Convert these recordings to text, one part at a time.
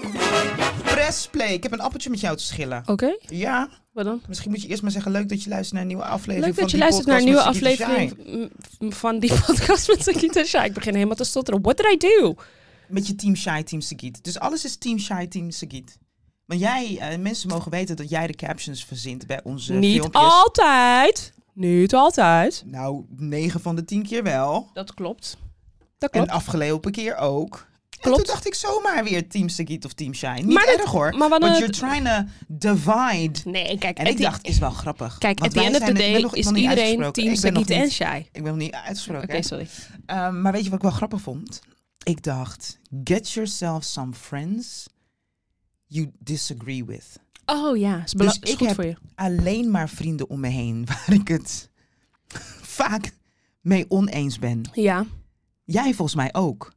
Press play. Ik heb een appeltje met jou te schillen. Oké. Ja. Wat dan? Misschien moet je eerst maar zeggen, leuk dat je luistert naar een nieuwe aflevering Leuk van dat je die luistert naar een nieuwe podcast met aflevering van die podcast met Sagit en Shai. Ik begin helemaal te stotteren. What did I do? Met je team Shai, team Sagit. Dus alles is team Shai, team Sagit. Maar jij, mensen mogen weten dat jij de captions verzint bij onze filmpjes. Niet altijd. Nou, 9 van de 10 keer wel. Dat klopt. En afgelopen keer ook. Klopt. En toen dacht ik zomaar weer team Sagit of team Shai. Niet Maar erg hoor. maar Want you're trying to divide. Nee, kijk. En ik dacht, is wel grappig. Kijk, Want at the end of the day ik is nog niet iedereen uitgesproken. team Ik ben nog Sagit en niet- Shai. Ik ben nog niet uitgesproken. Oké, sorry. Maar weet je wat ik wel grappig vond? Ik dacht, get yourself some friends you disagree with. Oh ja, is Dus is ik goed heb voor je. alleen maar vrienden om me heen waar ik het vaak mee oneens ben. Ja. Jij volgens mij ook.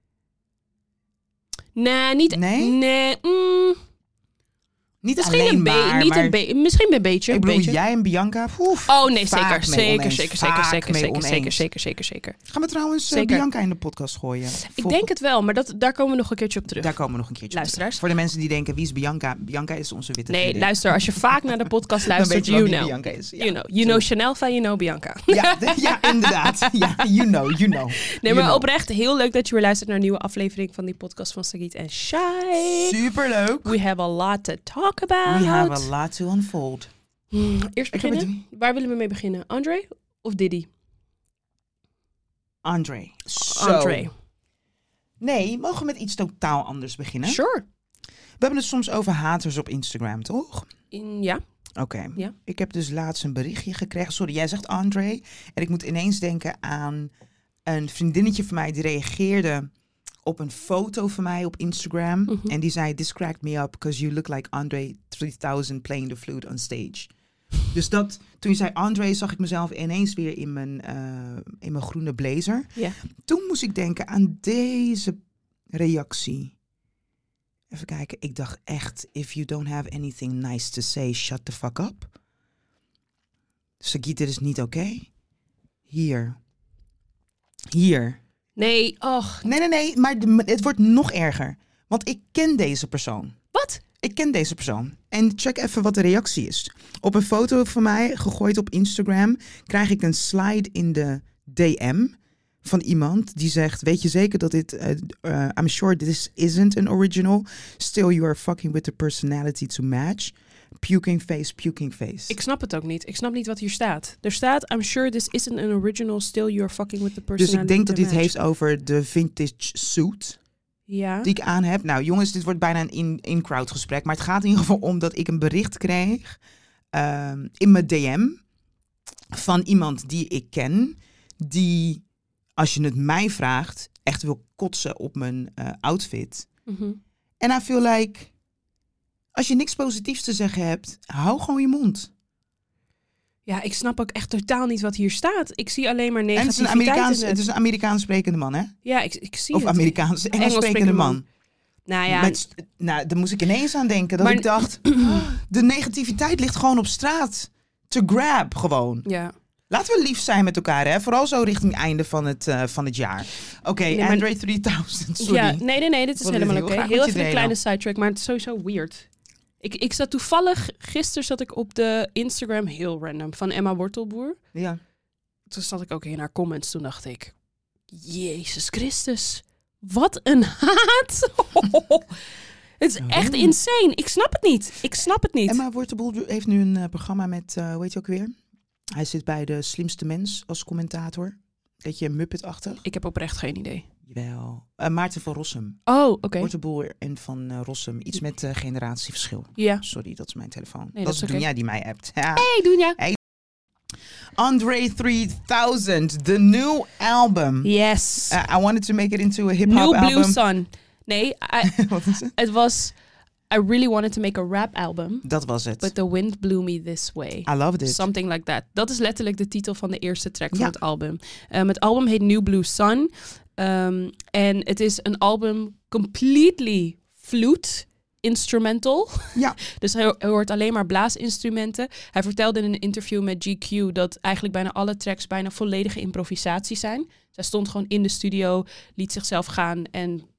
Nee, niet... Nee? Nee, Niet misschien alleen een maar, beetje. maar Misschien een beetje. ik bedoel, beetje. jij en Bianca, Oh nee, vaak zeker. mee oneens. Zeker. Vaak mee oneens. Zeker. Gaan we trouwens Zeker. Bianca in de podcast gooien? Ik denk het wel, maar daar komen we nog een keertje op terug. Daar komen we nog een keertje op Luisteraars. terug. Voor de mensen die denken, wie is Bianca? Bianca is onze witte Nee, vriendin. luister, als je vaak naar de podcast Dan luistert, weet je wel you wie know. Bianca is. Ja, You know Chanel van, you know Bianca. Ja, inderdaad. Ja, you know. Nee, maar oprecht, heel leuk dat je weer luistert naar een nieuwe aflevering van die podcast van Sagit en Shai. Superleuk. We have a lot to talk about. We have a lot to unfold. Eerst Ik heb beginnen. Waar willen we mee beginnen? Andre of Diddy? Andre. Andre. Nee, mogen we met iets totaal anders beginnen? Sure. We hebben het soms over haters op Instagram, toch? Ja. Oké. Ja. Ik heb dus laatst een berichtje gekregen. Sorry, jij zegt Andre. En ik moet ineens denken aan een vriendinnetje van mij die reageerde op een foto van mij op Instagram. Mhm. En die zei, this cracked me up because you look like Andre 3000 playing the flute on stage. Dus dat, toen je zei Andre, zag ik mezelf ineens weer in mijn groene blazer. Ja. Toen moest ik denken aan deze reactie. Even kijken, ik dacht echt, if you don't have anything nice to say, shut the fuck up. Sagit, dit is niet oké. Hier. Nee, och. Nee, maar het wordt nog erger. Want ik ken deze persoon. Wat? Ik ken deze persoon. En check even wat de reactie is. Op een foto van mij, gegooid op Instagram, krijg ik een slide in de DM van iemand die zegt, weet je zeker dat dit, I'm sure this isn't an original. Still you are fucking with the personality to match. Puking face. Ik snap het ook niet. Ik snap niet wat hier staat. Er staat, I'm sure this isn't an original, still you're fucking with the Dus personality. ik denk dat to dit match. heeft over de vintage suit Ja. die ik aan heb. Nou jongens, dit wordt bijna een in-crowd gesprek. Maar het gaat in ieder geval om dat ik een bericht kreeg in mijn DM van iemand die ik ken. Die, als je het mij vraagt, echt wil kotsen op mijn outfit. Mhm. En I feel like, als je niks positiefs te zeggen hebt, hou gewoon je mond. Ja, ik snap ook echt totaal niet wat hier staat. Ik zie alleen maar En het is negativiteit in het is een Amerikaans sprekende man, hè? Ja, ik zie Of het. Engels sprekende man. Nou ja, Nou, daar moest ik ineens aan denken. Dat Maar- ik dacht, de negativiteit ligt gewoon op straat. To grab, gewoon. ja. Laten we lief zijn met elkaar, hè? Vooral zo richting het einde van het jaar. Oké, Nee, maar- Andre 3000, sorry. Ja, nee, dit is Wat helemaal heel oké. graag Heel met je even een delen. kleine sidetrack, maar het is sowieso weird. Ik zat toevallig, gisteren zat ik op de Instagram, heel random, van Emma Wortelboer. Ja. Toen zat ik ook in haar comments, toen dacht ik, Jezus Christus, wat een haat. Het is echt insane. Ik snap het niet. Emma Wortelboel heeft nu een programma met, hoe heet je ook weer? Hij zit bij De Slimste Mens als commentator. Beetje Muppet-achtig. Ik heb oprecht geen idee. Jawel. Maarten van Rossum. Oh, oké. Wortelboel en van Rossum. Iets met generatieverschil. Ja. Sorry, dat is mijn telefoon. Nee, dat dat is is oké. Dunja die mij appt. Ja. Hey, Dunja. Andre 3000, the new album. Yes. I wanted to make it into a hip-hop New Blue album. Sun. Nee, Wat is het? het was... I really wanted to make a rap album. Dat was het. But the wind blew me this way. I loved it. Something like that. Dat is letterlijk de titel van de eerste track van Ja. het album. Het album heet New Blue Sun. En het is een album completely flute instrumental. Ja. Dus hij hoort alleen maar blaasinstrumenten. Hij vertelde in een interview met GQ dat eigenlijk bijna alle tracks bijna volledige improvisatie zijn. Zij stond gewoon in de studio, liet zichzelf gaan en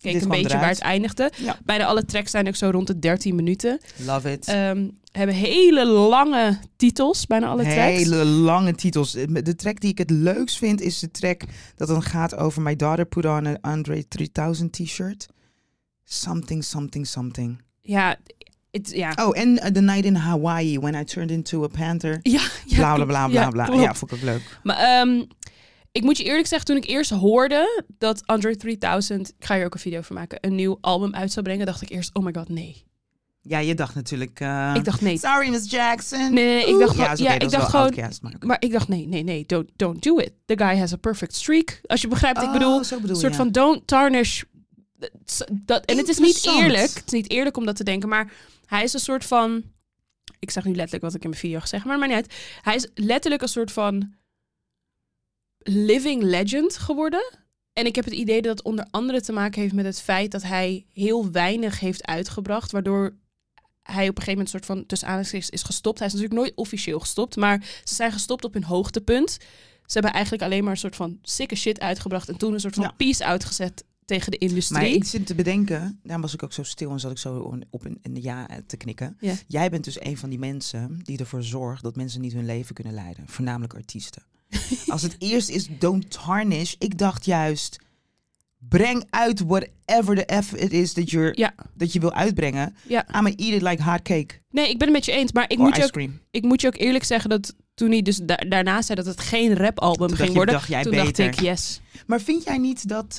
keek Dit een kwam beetje waar eruit. het eindigde. Ja. Bijna alle tracks zijn ook zo rond de 13 minuten. Love it. Hebben hele lange titels, bijna alle tracks. Hele lange titels. De track die ik het leukst vind is de track dat dan gaat over My daughter put on an Andre 3000 t-shirt. Something, something, something. Ja. Oh, en The Night in Hawaii, When I Turned Into a Panther. Ja, Bla, bla, bla, bla, bla. klopt. Ja, vond ik ook leuk. Maar ik moet je eerlijk zeggen, toen ik eerst hoorde dat Andre 3000, ik ga hier ook een video van maken, een nieuw album uit zou brengen, dacht ik eerst, oh my god, nee. Ja, je dacht natuurlijk... Ik dacht nee. Sorry, Miss Jackson. Nee, ik dacht ja, gewoon, ik dacht gewoon, Outcast, maar ik dacht nee, don't do it. The guy has a perfect streak. Als je begrijpt wat ik bedoel. Zo bedoel Een soort je. van don't tarnish. En het is niet Interessant. eerlijk. Het is niet eerlijk om dat te denken, maar hij is een soort van, ik zeg nu letterlijk wat ik in mijn video gezegd, maar niet uit. Hij is letterlijk een soort van living legend geworden. En ik heb het idee dat het onder andere te maken heeft met het feit dat hij heel weinig heeft uitgebracht, waardoor hij op een gegeven moment soort van tussen aanhalingstekens is gestopt. Hij is natuurlijk nooit officieel gestopt, maar ze zijn gestopt op hun hoogtepunt. Ze hebben eigenlijk alleen maar een soort van sikke shit uitgebracht en toen een soort van peace uitgezet tegen de industrie. Maar ik zit te bedenken, daarom was ik ook zo stil en zat ik zo op in de ja te knikken. Ja. Jij bent dus een van die mensen die ervoor zorgt dat mensen niet hun leven kunnen leiden. Voornamelijk artiesten. Als het eerst is don't tarnish, ik dacht juist, breng uit whatever the F it is dat je wil uitbrengen. Ja. I'ma eat it like hot cake. Nee, ik ben het met je eens, maar ik moet je ook eerlijk zeggen dat toen hij dus daarna zei dat het geen rapalbum ging worden, toen dacht ik yes. Maar vind jij niet dat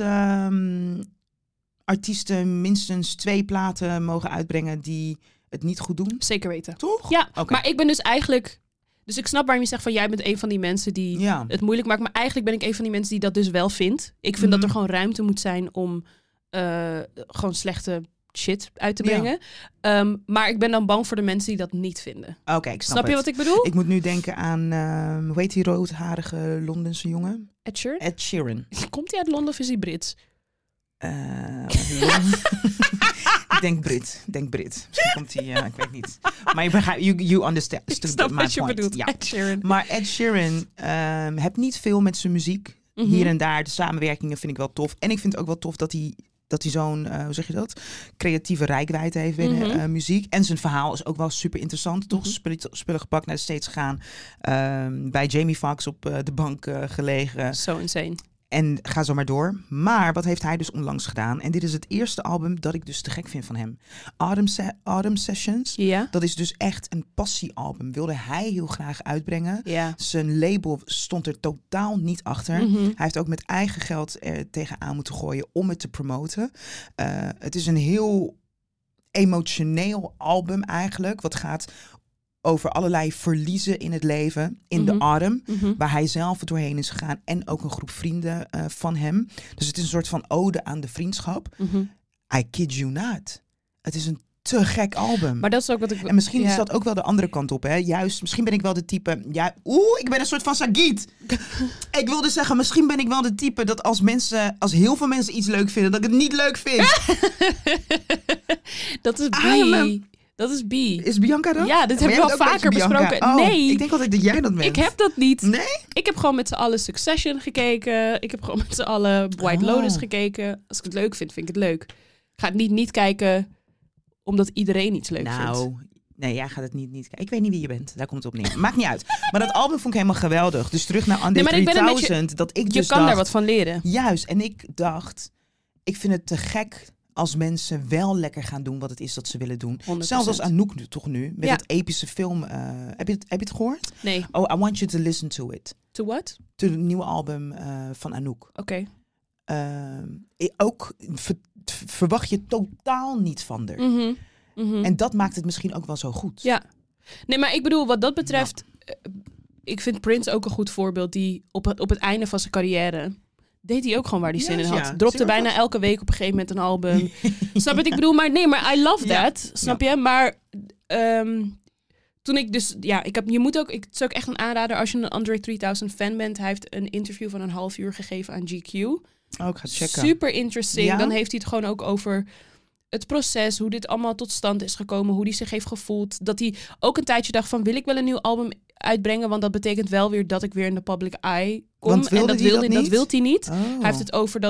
artiesten minstens 2 platen mogen uitbrengen die het niet goed doen? Zeker weten. Toch? Ja, Okay. maar ik ben dus eigenlijk, dus ik snap waarom je zegt van jij bent een van die mensen die het moeilijk maakt, maar eigenlijk ben ik een van die mensen die dat dus wel vindt. Ik vind dat er gewoon ruimte moet zijn om gewoon slechte shit uit te brengen. Ja. Maar ik ben dan bang voor de mensen die dat niet vinden. Oké, ik snap je wat ik bedoel? Ik moet nu denken aan, hoe heet die roodharige Londense jongen? Ed Sheeran? Ed Sheeran. Komt hij uit Londen of is hij Brits? Ik denk Brit. Misschien komt hij, ik weet niet. Maar je begrijpt, you understand. Ik snap wat je bedoelt, ja. Ed Sheeran. Maar Ed Sheeran heeft niet veel met zijn muziek. Hier en daar, de samenwerkingen vind ik wel tof. En ik vind het ook wel tof dat hij zo'n, hoe zeg je dat? Creatieve reikwijdte heeft binnen muziek. En zijn verhaal is ook wel super interessant. Toch? Spullen gepakt, naar de States gegaan. Bij Jamie Foxx op de bank gelegen. Zo insane. En ga zo maar door. Maar wat heeft hij dus onlangs gedaan? En dit is het eerste album dat ik dus te gek vind van hem. Autumn Sessions. Ja. Dat is dus echt een passiealbum. Wilde hij heel graag uitbrengen. Ja. Zijn label stond er totaal niet achter. Hij heeft ook met eigen geld er tegenaan moeten gooien om het te promoten. Het is een heel emotioneel album eigenlijk. Wat gaat over allerlei verliezen in het leven. In de autumn. Waar hij zelf doorheen is gegaan. En ook een groep vrienden van hem. Dus het is een soort van ode aan de vriendschap. I kid you not. Het is een te gek album. Maar dat is ook wat ik... En misschien is dat ook wel de andere kant op. Hè? Juist, misschien ben ik wel de type... Ja, ik ben een soort van Sagiet. Ik wilde zeggen, misschien ben ik wel de type dat als heel veel mensen iets leuk vinden, dat ik het niet leuk vind. Dat is B. Dat is B. Is Bianca dat? Ja, dit hebben we al vaker besproken. Oh, nee. Ik denk altijd dat jij dat bent. Ik heb dat niet. Nee? Ik heb gewoon met z'n allen Succession gekeken. Ik heb gewoon met z'n allen White Lotus gekeken. Als ik het leuk vind, vind ik het leuk. Ik ga het niet kijken omdat iedereen iets leuk vindt. Nee, jij gaat het niet kijken. Ik weet niet wie je bent. Daar komt het op neer. Maakt niet uit. Maar dat album vond ik helemaal geweldig. Dus terug naar Andre 3000. Je kan daar wat van leren. Juist. En ik dacht, ik vind het te gek als mensen wel lekker gaan doen wat het is dat ze willen doen. 100%. Zelfs als Anouk toch nu. Met dat epische film. Heb je het gehoord? Nee. Oh, I want you to listen to it. To what? To het nieuwe album van Anouk. Oké. Ook verwacht je totaal niet van haar. En dat maakt het misschien ook wel zo goed. Ja. Nee, maar ik bedoel, wat dat betreft... ik vind Prince ook een goed voorbeeld. Die op het einde van zijn carrière... deed hij ook gewoon waar hij zin in had. Ja. Dropte bijna elke week op een gegeven moment een album. Snap je wat ik bedoel? Maar nee, maar I love that. Snap je? Maar toen ik dus... Ja, het is ook echt een aanrader als je een Andre 3000 fan bent. Hij heeft een interview van een 1/2 uur gegeven aan GQ. Oh, ik ga checken. Super interesting. Ja? Dan heeft hij het gewoon ook over het proces, hoe dit allemaal tot stand is gekomen, hoe hij zich heeft gevoeld. Dat hij ook een tijdje dacht van, wil ik wel een nieuw album uitbrengen? Want dat betekent wel weer dat ik weer in de public eye kom. Want en dat wil hij niet. Oh. Hij heeft het over dat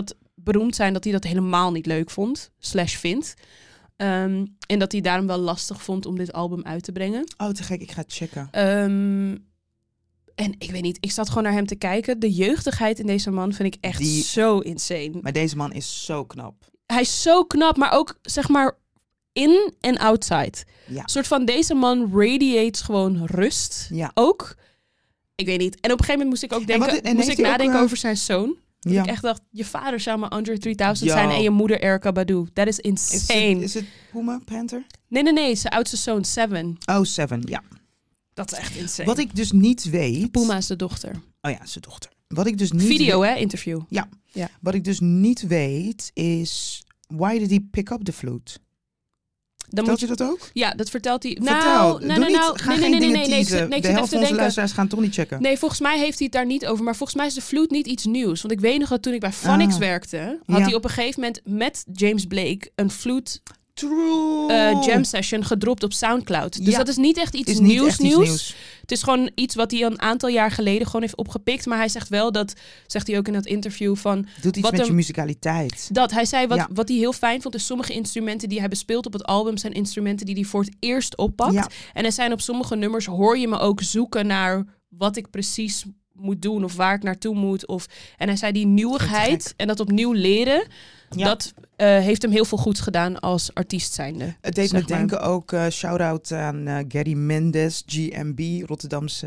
beroemd zijn dat hij dat helemaal niet leuk vond, /vindt. En dat hij daarom wel lastig vond om dit album uit te brengen. Oh, te gek, ik ga het checken. En ik weet niet, ik zat gewoon naar hem te kijken. De jeugdigheid in deze man vind ik echt zo insane. Maar deze man is zo knap. Hij is zo knap, maar ook zeg maar in en outside. Ja. Een soort van deze man radiates gewoon rust. Ja. Ook. Ik weet niet. En op een gegeven moment moest ik ook denken, moest ik nadenken over zijn zoon. Dat ik echt dacht, je vader zou maar Andre 3000 zijn en je moeder Erykah Badu. Dat is insane. Is het Puma Panther? Nee. Zijn oudste zoon, Seven. Oh, Seven, ja. Dat is echt insane. Wat ik dus niet weet... Puma is de dochter. Oh ja, zijn dochter. Wat ik dus niet Video, hè? Interview. Ja. Wat ik dus niet weet is... Why did he pick up the flute? Vertelt je dat ook? Ja, dat vertelt hij. Vertel. Ga geen dingen teasen. Nee, de helft van onze luisteraars gaan toch niet checken. Nee, volgens mij heeft hij het daar niet over. Maar volgens mij is de flute niet iets nieuws. Want ik weet nog dat toen ik bij Phonics werkte... had hij op een gegeven moment met James Blake een flute... jam session gedropt op Soundcloud. Dus dat is niet echt iets nieuws. Het is gewoon iets wat hij een aantal jaar geleden gewoon heeft opgepikt. Maar hij zegt wel dat, zegt hij ook in dat interview van... Doet iets met je musicaliteit. Hij zei wat hij heel fijn vond is sommige instrumenten die hij bespeelt op het album zijn instrumenten die hij voor het eerst oppakt. Ja. En er zijn op sommige nummers hoor je me ook zoeken naar wat ik precies moet doen of waar ik naartoe moet. En hij zei die nieuwigheid en dat opnieuw leren... Ja. Dat heeft hem heel veel goeds gedaan als artiest zijnde. Het deed me denken ook, shout-out aan Gary Mendes, GMB, Rotterdamse,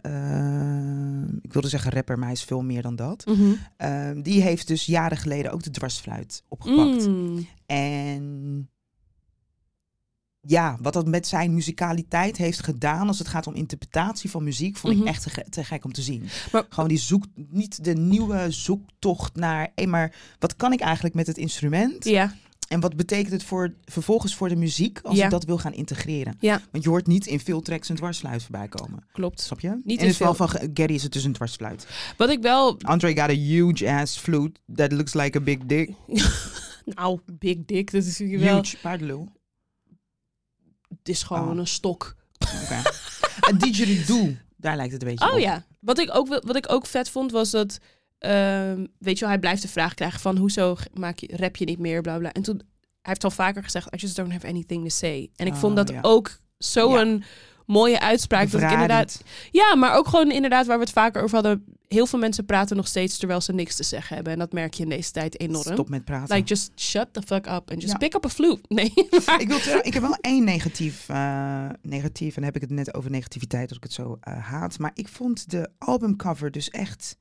ik wilde zeggen rapper, maar hij is veel meer dan dat. Mm-hmm. Die heeft dus jaren geleden ook de dwarsfluit opgepakt. En ja, wat dat met zijn muzikaliteit heeft gedaan als het gaat om interpretatie van muziek, vond ik echt te gek om te zien. Maar, gewoon niet de nieuwe zoektocht naar, maar wat kan ik eigenlijk met het instrument? Ja. En wat betekent het vervolgens voor de muziek als ik dat wil gaan integreren? Ja. Want je hoort niet in veel tracks een dwarsfluit voorbij komen. Klopt. Snap je? Niet in het geval van Gary is het dus een dwarsfluit. Wat ik wel... Andre got a huge ass flute that looks like a big dick. Nou, big dick, dat is natuurlijk wel... Huge, paardenlul. Het is gewoon een stok. Okay. Een didgeridoo, daar lijkt het een beetje op. Oh ja. Wat ik ook vet vond was dat... weet je wel, hij blijft de vraag krijgen van... hoezo rap je niet meer, bla bla. En toen, hij heeft al vaker gezegd... I just don't have anything to say. En ik vond dat ook zo'n mooie uitspraak. Dat ik inderdaad... Ja, maar ook gewoon inderdaad waar we het vaker over hadden... Heel veel mensen praten nog steeds terwijl ze niks te zeggen hebben. En dat merk je in deze tijd enorm. Stop met praten. Like, just shut the fuck up and just pick up a flute. Nee. Ik heb wel één negatief. En dan heb ik het net over negativiteit als ik het zo haat. Maar ik vond de albumcover dus echt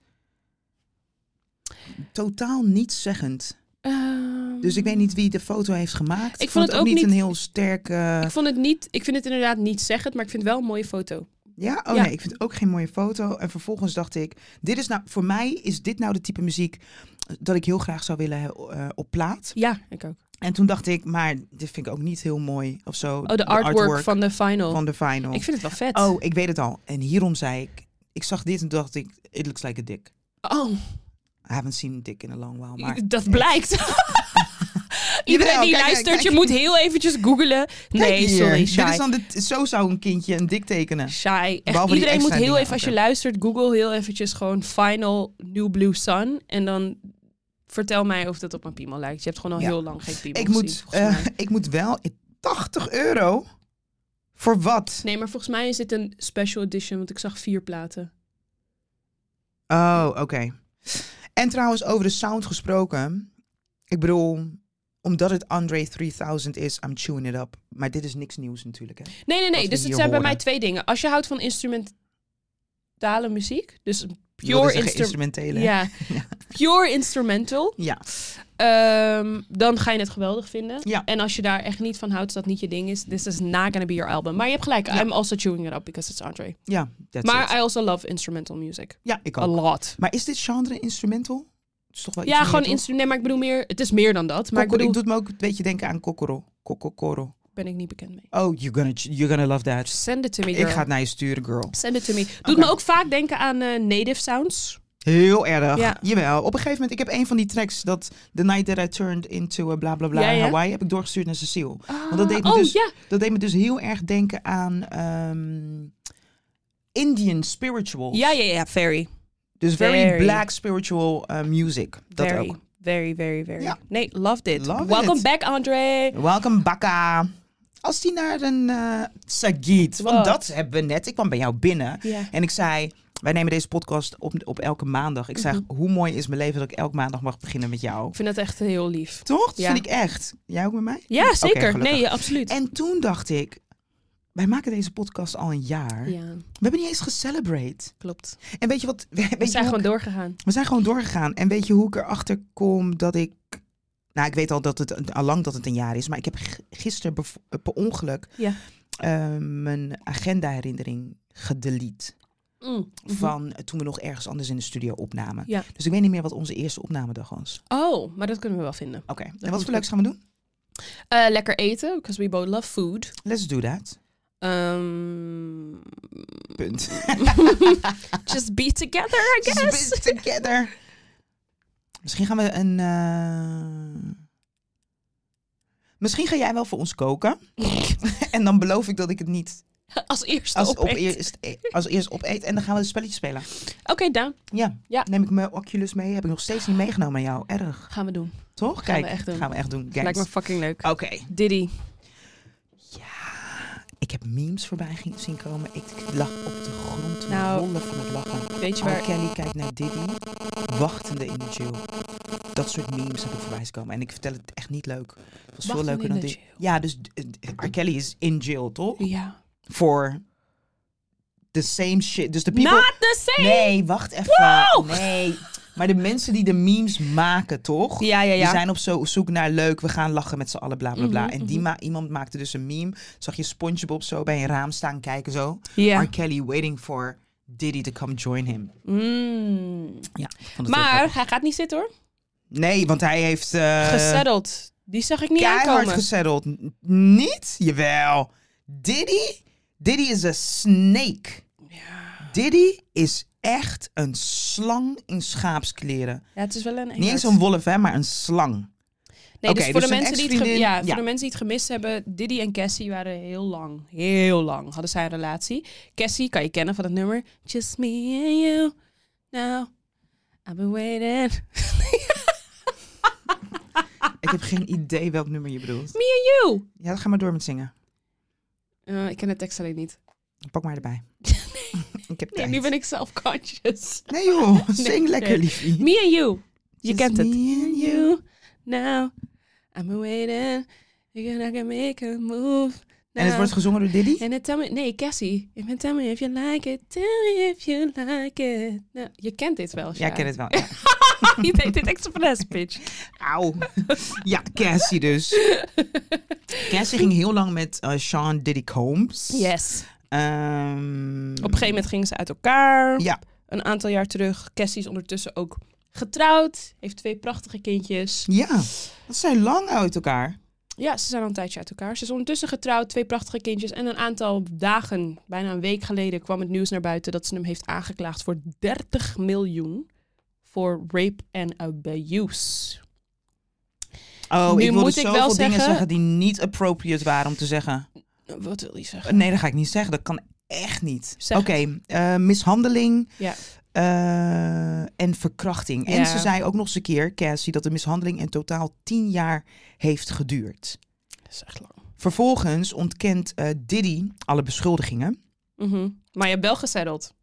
totaal nietszeggend. Dus ik weet niet wie de foto heeft gemaakt. Ik vond het ook niet een heel sterke... Ik vind het inderdaad niet zeggend, maar ik vind het wel een mooie foto. Ja? Oh nee, ik vind het ook geen mooie foto. En vervolgens dacht ik, voor mij is dit nou de type muziek dat ik heel graag zou willen op plaat. Ja, ik ook. En toen dacht ik, maar dit vind ik ook niet heel mooi of zo. Oh, de artwork van de final. Ik vind het wel vet. Oh, ik weet het al. En hierom zei ik zag dit en dacht ik, it looks like a dick. Oh. I haven't seen a dick in a long while. Maar dat blijkt. Iedereen die luistert, je moet heel eventjes googlen. Nee, sorry, shy. Dit is dan zo zou een kindje een dik tekenen. Shy. Echt, iedereen moet heel even, als je luistert, google heel eventjes gewoon Final New Blue Sun. En dan vertel mij of dat op mijn piemel lijkt. Je hebt gewoon al heel lang geen piemel gezien. Ik moet wel €80. Voor wat? Nee, maar volgens mij is dit een special edition, want ik zag 4 platen. Oh, oké. En trouwens, over de sound gesproken. Ik bedoel, omdat het Andre 3000 is, I'm chewing it up. Maar dit is niks nieuws natuurlijk, hè? Nee. Dus het zijn bij mij 2 dingen. Als je houdt van instrumentale muziek, dus instrumentele. Ja, pure instrumental. Ja. Dan ga je het geweldig vinden. Ja. En als je daar echt niet van houdt, dat dat niet je ding is, this is not gonna be your album. Maar je hebt gelijk, I'm also chewing it up because it's Andre. Ja, maar I also love instrumental music. Ja, ik ook. A lot. Maar is dit genre instrumental? Is toch wel iets gewoon instrument. Nee, maar ik bedoel meer, het is meer dan dat. Maar ik doet me ook een beetje denken aan Kokoro. Ben ik niet bekend mee. Oh, you're gonna love that. Send it to me, girl. Ik ga het naar je sturen, girl. Send it to me. Doet me ook vaak denken aan native sounds. Heel erg. Ja. Jawel. Op een gegeven moment, ik heb een van die tracks, dat The Night That I Turned Into a bla bla bla Hawaii, heb ik doorgestuurd naar Cecile. Want dat deed me dus heel erg denken aan Indian spirituals. Ja, very. Dus very black spiritual music. Dat ook. Very, very, very. Ja. Nee, loved it. Love Welcome it. back, Andre. Welcome, Bakka. Als die naar een Sagit, want Wow. dat hebben we net. Ik kwam bij jou binnen Ja. en ik zei... Wij nemen deze podcast op elke maandag. Ik zeg, hoe mooi is mijn leven dat ik elke maandag mag beginnen met jou. Ik vind het echt heel lief. Toch? Dat Ja. vind ik echt. Jij ook met mij? Ja, Oké, zeker. gelukkig. Nee, absoluut. En toen dacht ik, wij maken deze podcast al een jaar. Ja, We hebben niet eens gecelebrate. klopt. En weet je wat? We zijn gewoon doorgegaan. We zijn gewoon doorgegaan. En weet je hoe ik erachter kom dat ik... Nou, ik weet al dat het al lang dat het een jaar is. Maar ik heb gisteren per ongeluk Ja. mijn agenda-herinnering gedelete. Van toen we nog ergens anders in de studio opnamen. Ja. Dus ik weet niet meer wat onze eerste opnamedag was. Oh, maar dat kunnen we wel vinden. Oké. En moet wat voor leuks gaan we doen? Lekker eten, because we both love food. Let's do that. Punt. Just be together, I guess. Just be together. Misschien gaan we een... Misschien ga jij wel voor ons koken. En dan beloof ik dat ik het niet Als eerste als eerst opeet. En dan gaan we een spelletje spelen. Oké, down. Ja. Ja. Neem ik mijn Oculus mee. Heb ik nog steeds niet meegenomen aan jou. Erg. Gaan we doen. Toch? Gaan Kijk, we echt doen. gaan we echt doen. Gangs. Lijkt me fucking leuk. Oké. Diddy. Ik heb memes voorbij zien komen. Ik lag op de grond te Nou, rollen van het lachen. Weet je R. waar... Kelly kijkt naar Diddy, wachtende in de jail. Dat soort memes heb ik voorbij zien komen. En ik vertel het echt niet leuk. Het was veel Wachtende leuker in dan de dit. jail. Ja, dus R. Kelly is in jail, toch? Ja. Voor the same shit. Dus de people... Not the same! Nee, wacht even. Wow! Nee. Maar de mensen die de memes maken, toch? Ja. Die zijn op zoek naar leuk, we gaan lachen met z'n allen, bla bla bla. Mhm, En iemand maakte dus een meme. Zag je SpongeBob zo bij een raam staan kijken zo. Ja. R. Kelly waiting for Diddy to come join him. Ja, ik vond het heel Maar grappig. hij gaat niet zitten hoor. Nee, want hij heeft... Gesetteld. Die zag ik niet keihard aankomen. gesetteld. Niet? Jawel. Diddy is een snake. Ja. Diddy is echt een slang in schaapskleren. Ja, het is wel een Niet eens een wolf, hè, maar een slang. Nee, Oké, dus voor, dus de een mensen die het ex-vriendin- voor de mensen die het gemist hebben, Diddy en Cassie waren heel lang hadden zij een relatie. Cassie kan je kennen van het nummer Just Me and You. Now, I've been waiting. Ik heb geen idee welk nummer je bedoelt. Me and You. Ja, dan ga maar door met zingen. Ik ken de tekst alleen niet. Pak maar erbij. Ik heb Nee, tijd. nu ben ik self-conscious. Nee joh, zing lekker nee. liefie. Me and You. Je Just kent het. me and you. Now, I've been waiting. I can make a move. En het wordt gezongen door Diddy? En het tell me, nee, Cassie. Tell me if you like it. Tell me if you like it. Nou, je kent dit wel, Ja, ik ken het wel. Ja. Je deed dit extra finesse, bitch. Auw. Ja, Cassie dus. Cassie ging heel lang met Sean Diddy Combs. Yes. Op Op een gegeven moment gingen ze uit elkaar. Ja. Een aantal jaar terug. Cassie is ondertussen ook getrouwd. Heeft 2 prachtige kindjes. Ja, dat zijn lang uit elkaar. Ja, ze zijn al een tijdje uit elkaar. Ze is ondertussen getrouwd, 2 prachtige kindjes. En een aantal dagen, bijna een week geleden, kwam het nieuws naar buiten dat ze hem heeft aangeklaagd voor 30 miljoen voor rape en abuse. Oh, Nu ik wilde moet ik wel zoveel dingen zeggen- zeggen die niet appropriate waren om te zeggen. Wat wil je zeggen? Nee, dat ga ik niet zeggen. Dat kan echt niet. Zeg Oké, mishandeling Ja. en verkrachting. En Ja. ze zei ook nog eens een keer, Cassie, dat de mishandeling in totaal 10 jaar heeft geduurd. Dat is echt lang. Vervolgens ontkent Diddy alle beschuldigingen. Mhm. Maar je hebt wel gesetteld.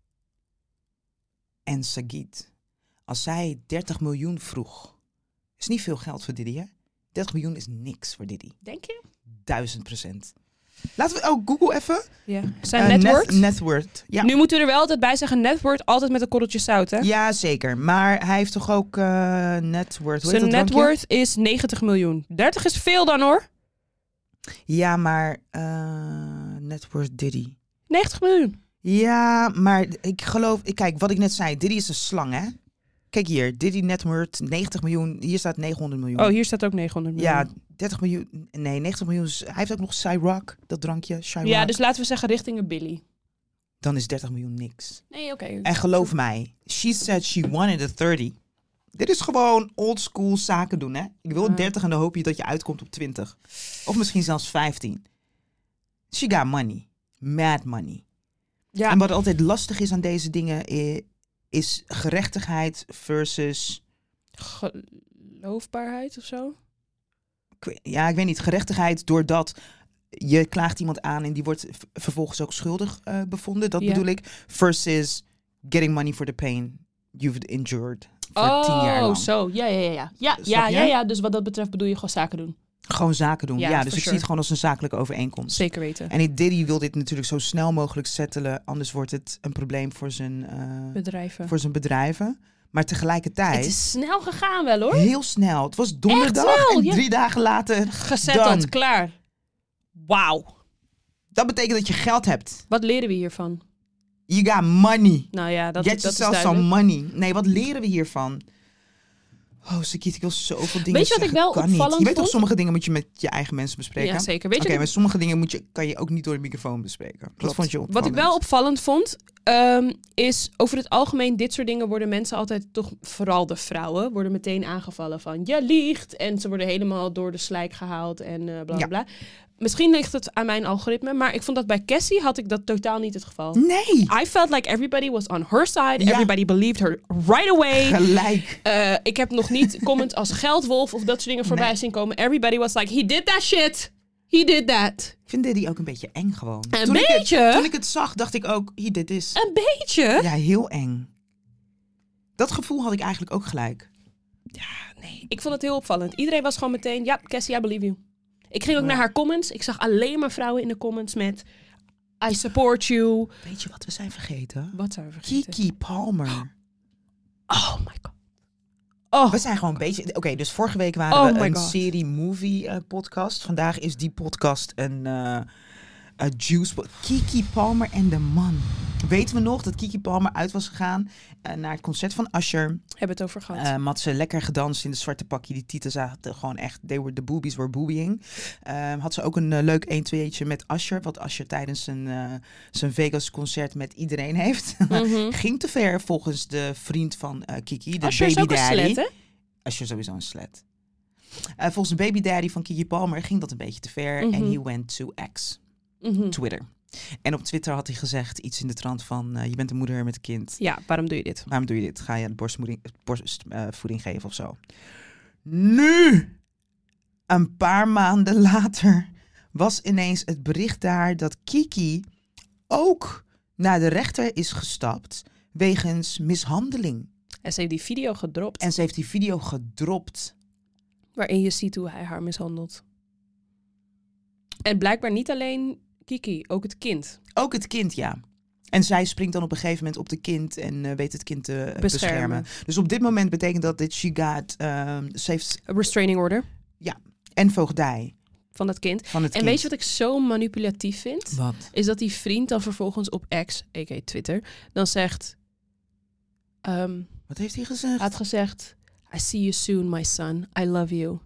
En Sagit, als zij 30 miljoen vroeg, is niet veel geld voor Diddy, hè? 30 miljoen is niks voor Diddy. Denk je? 1000%. Laten we Google even. Ja. Zijn net worth? Net worth. Ja. Nu moeten we er wel altijd bij zeggen, net worth altijd met een korreltje zout, hè? Ja, zeker. Maar hij heeft toch ook net worth. Hoe heet Zijn dat net drankje? worth is 90 miljoen. 30 is veel dan, hoor. Ja, maar net worth Diddy. 90 miljoen. Ja, maar ik geloof... Kijk, wat ik net zei. Diddy is een slang, hè? Kijk hier. Diddy net worth 90 miljoen. Hier staat 900 miljoen. Oh, hier staat ook 900 miljoen. Ja, 30 miljoen. Nee, 90 miljoen. Hij heeft ook nog Cyrock, dat drankje. Cyrock. Ja, dus laten we zeggen richting een Billy. Dan is 30 miljoen niks. Nee, oké. En geloof mij, she said she wanted a 30. Dit is gewoon old school zaken doen, hè? Ik wil 30 en dan hoop je dat je uitkomt op 20. Of misschien zelfs 15. She got money. Mad money. Ja. En wat altijd lastig is aan deze dingen is gerechtigheid versus geloofbaarheid of zo? Ik weet niet. Gerechtigheid doordat je klaagt iemand aan en die wordt vervolgens ook schuldig bevonden. Dat bedoel ik. Versus getting money for the pain you've endured voor 10 jaar lang. Oh, zo. Ja. Dus wat dat betreft bedoel je gewoon zaken doen. Gewoon zaken doen. Ja, dus ik zie het gewoon als een zakelijke overeenkomst. Zeker weten. En Diddy wil dit natuurlijk zo snel mogelijk settelen. Anders wordt het een probleem voor zijn bedrijven. Maar tegelijkertijd... Het is snel gegaan wel, hoor. Heel snel. Het was donderdag snel, en 3 dagen later... Gezetteld, klaar. Wauw. Dat betekent dat je geld hebt. Wat leren we hiervan? You got money. Nou ja, dat Get is yourself some money. Nee, wat leren we hiervan? Oh, Sakiet, ik wil zoveel dingen Weet je wat ik wel opvallend vond? Je weet toch, sommige dingen moet je met je eigen mensen bespreken? Ja, zeker. Weet je maar sommige dingen kan je ook niet door de microfoon bespreken. Klopt. Dat vond je opvallend. Wat ik wel opvallend vond, is over het algemeen, dit soort dingen worden mensen altijd toch, vooral de vrouwen, worden meteen aangevallen van, je liegt. En ze worden helemaal door de slijk gehaald en bla bla bla. Misschien ligt het aan mijn algoritme, maar ik vond dat bij Cassie had ik dat totaal niet het geval. Nee. I felt like everybody was on her side. Ja. Everybody believed her right away. Gelijk. Ik heb nog niet comments als geldwolf of dat soort dingen voorbij zien komen. Everybody was like, he did that shit. He did that. Ik vind Diddy ook een beetje eng gewoon. Toen beetje? Toen ik het zag, dacht ik ook, he did this. Een beetje? Ja, heel eng. Dat gevoel had ik eigenlijk ook gelijk. Ja, nee. Ik vond het heel opvallend. Iedereen was gewoon meteen, ja, Cassie, I believe you. Ik ging ook naar haar comments. Ik zag alleen maar vrouwen in de comments met I support you. Weet je wat we zijn vergeten? Wat zijn we vergeten? Keke Palmer. Oh my god. Oh. We zijn gewoon een beetje... Oké, dus vorige week waren we een serie movie podcast. Vandaag is die podcast een juice... Keke Palmer en de man. Weten we nog dat Keke Palmer uit was gegaan naar het concert van Usher. Hebben het over gehad. Had ze lekker gedanst in de zwarte pakje. Die tieten zaten gewoon echt... The boobies were boobying. Had ze ook een leuk 1-2'tje met Usher. Wat Usher tijdens zijn Vegas concert met iedereen heeft. Ging te ver volgens de vriend van Kiki. De Usher baby is ook daddy. een slet, hè? Usher is sowieso een slet. Volgens de baby daddy van Keke Palmer ging dat een beetje te ver. En he went to X. Twitter. En op Twitter had hij gezegd iets in de trant van... je bent een moeder met een kind. Ja, waarom doe je dit? Waarom doe je dit? Ga je borstvoeding geven of zo? Nu, een paar maanden later... was ineens het bericht daar dat Kiki ook naar de rechter is gestapt... wegens mishandeling. En ze heeft die video gedropt. Waarin je ziet hoe hij haar mishandelt. En blijkbaar niet alleen Kiki, ook het kind. Ook het kind, ja. En zij springt dan op een gegeven moment op de kind en weet het kind te beschermen. Dus op dit moment betekent dat dit she got a restraining order. Ja, en voogdij. Van het kind. Weet je wat ik zo manipulatief vind? Wat? Is dat die vriend dan vervolgens op X, a.k.a. Twitter, dan zegt... wat heeft hij gezegd? Hij had gezegd... I see you soon, my son. I love you.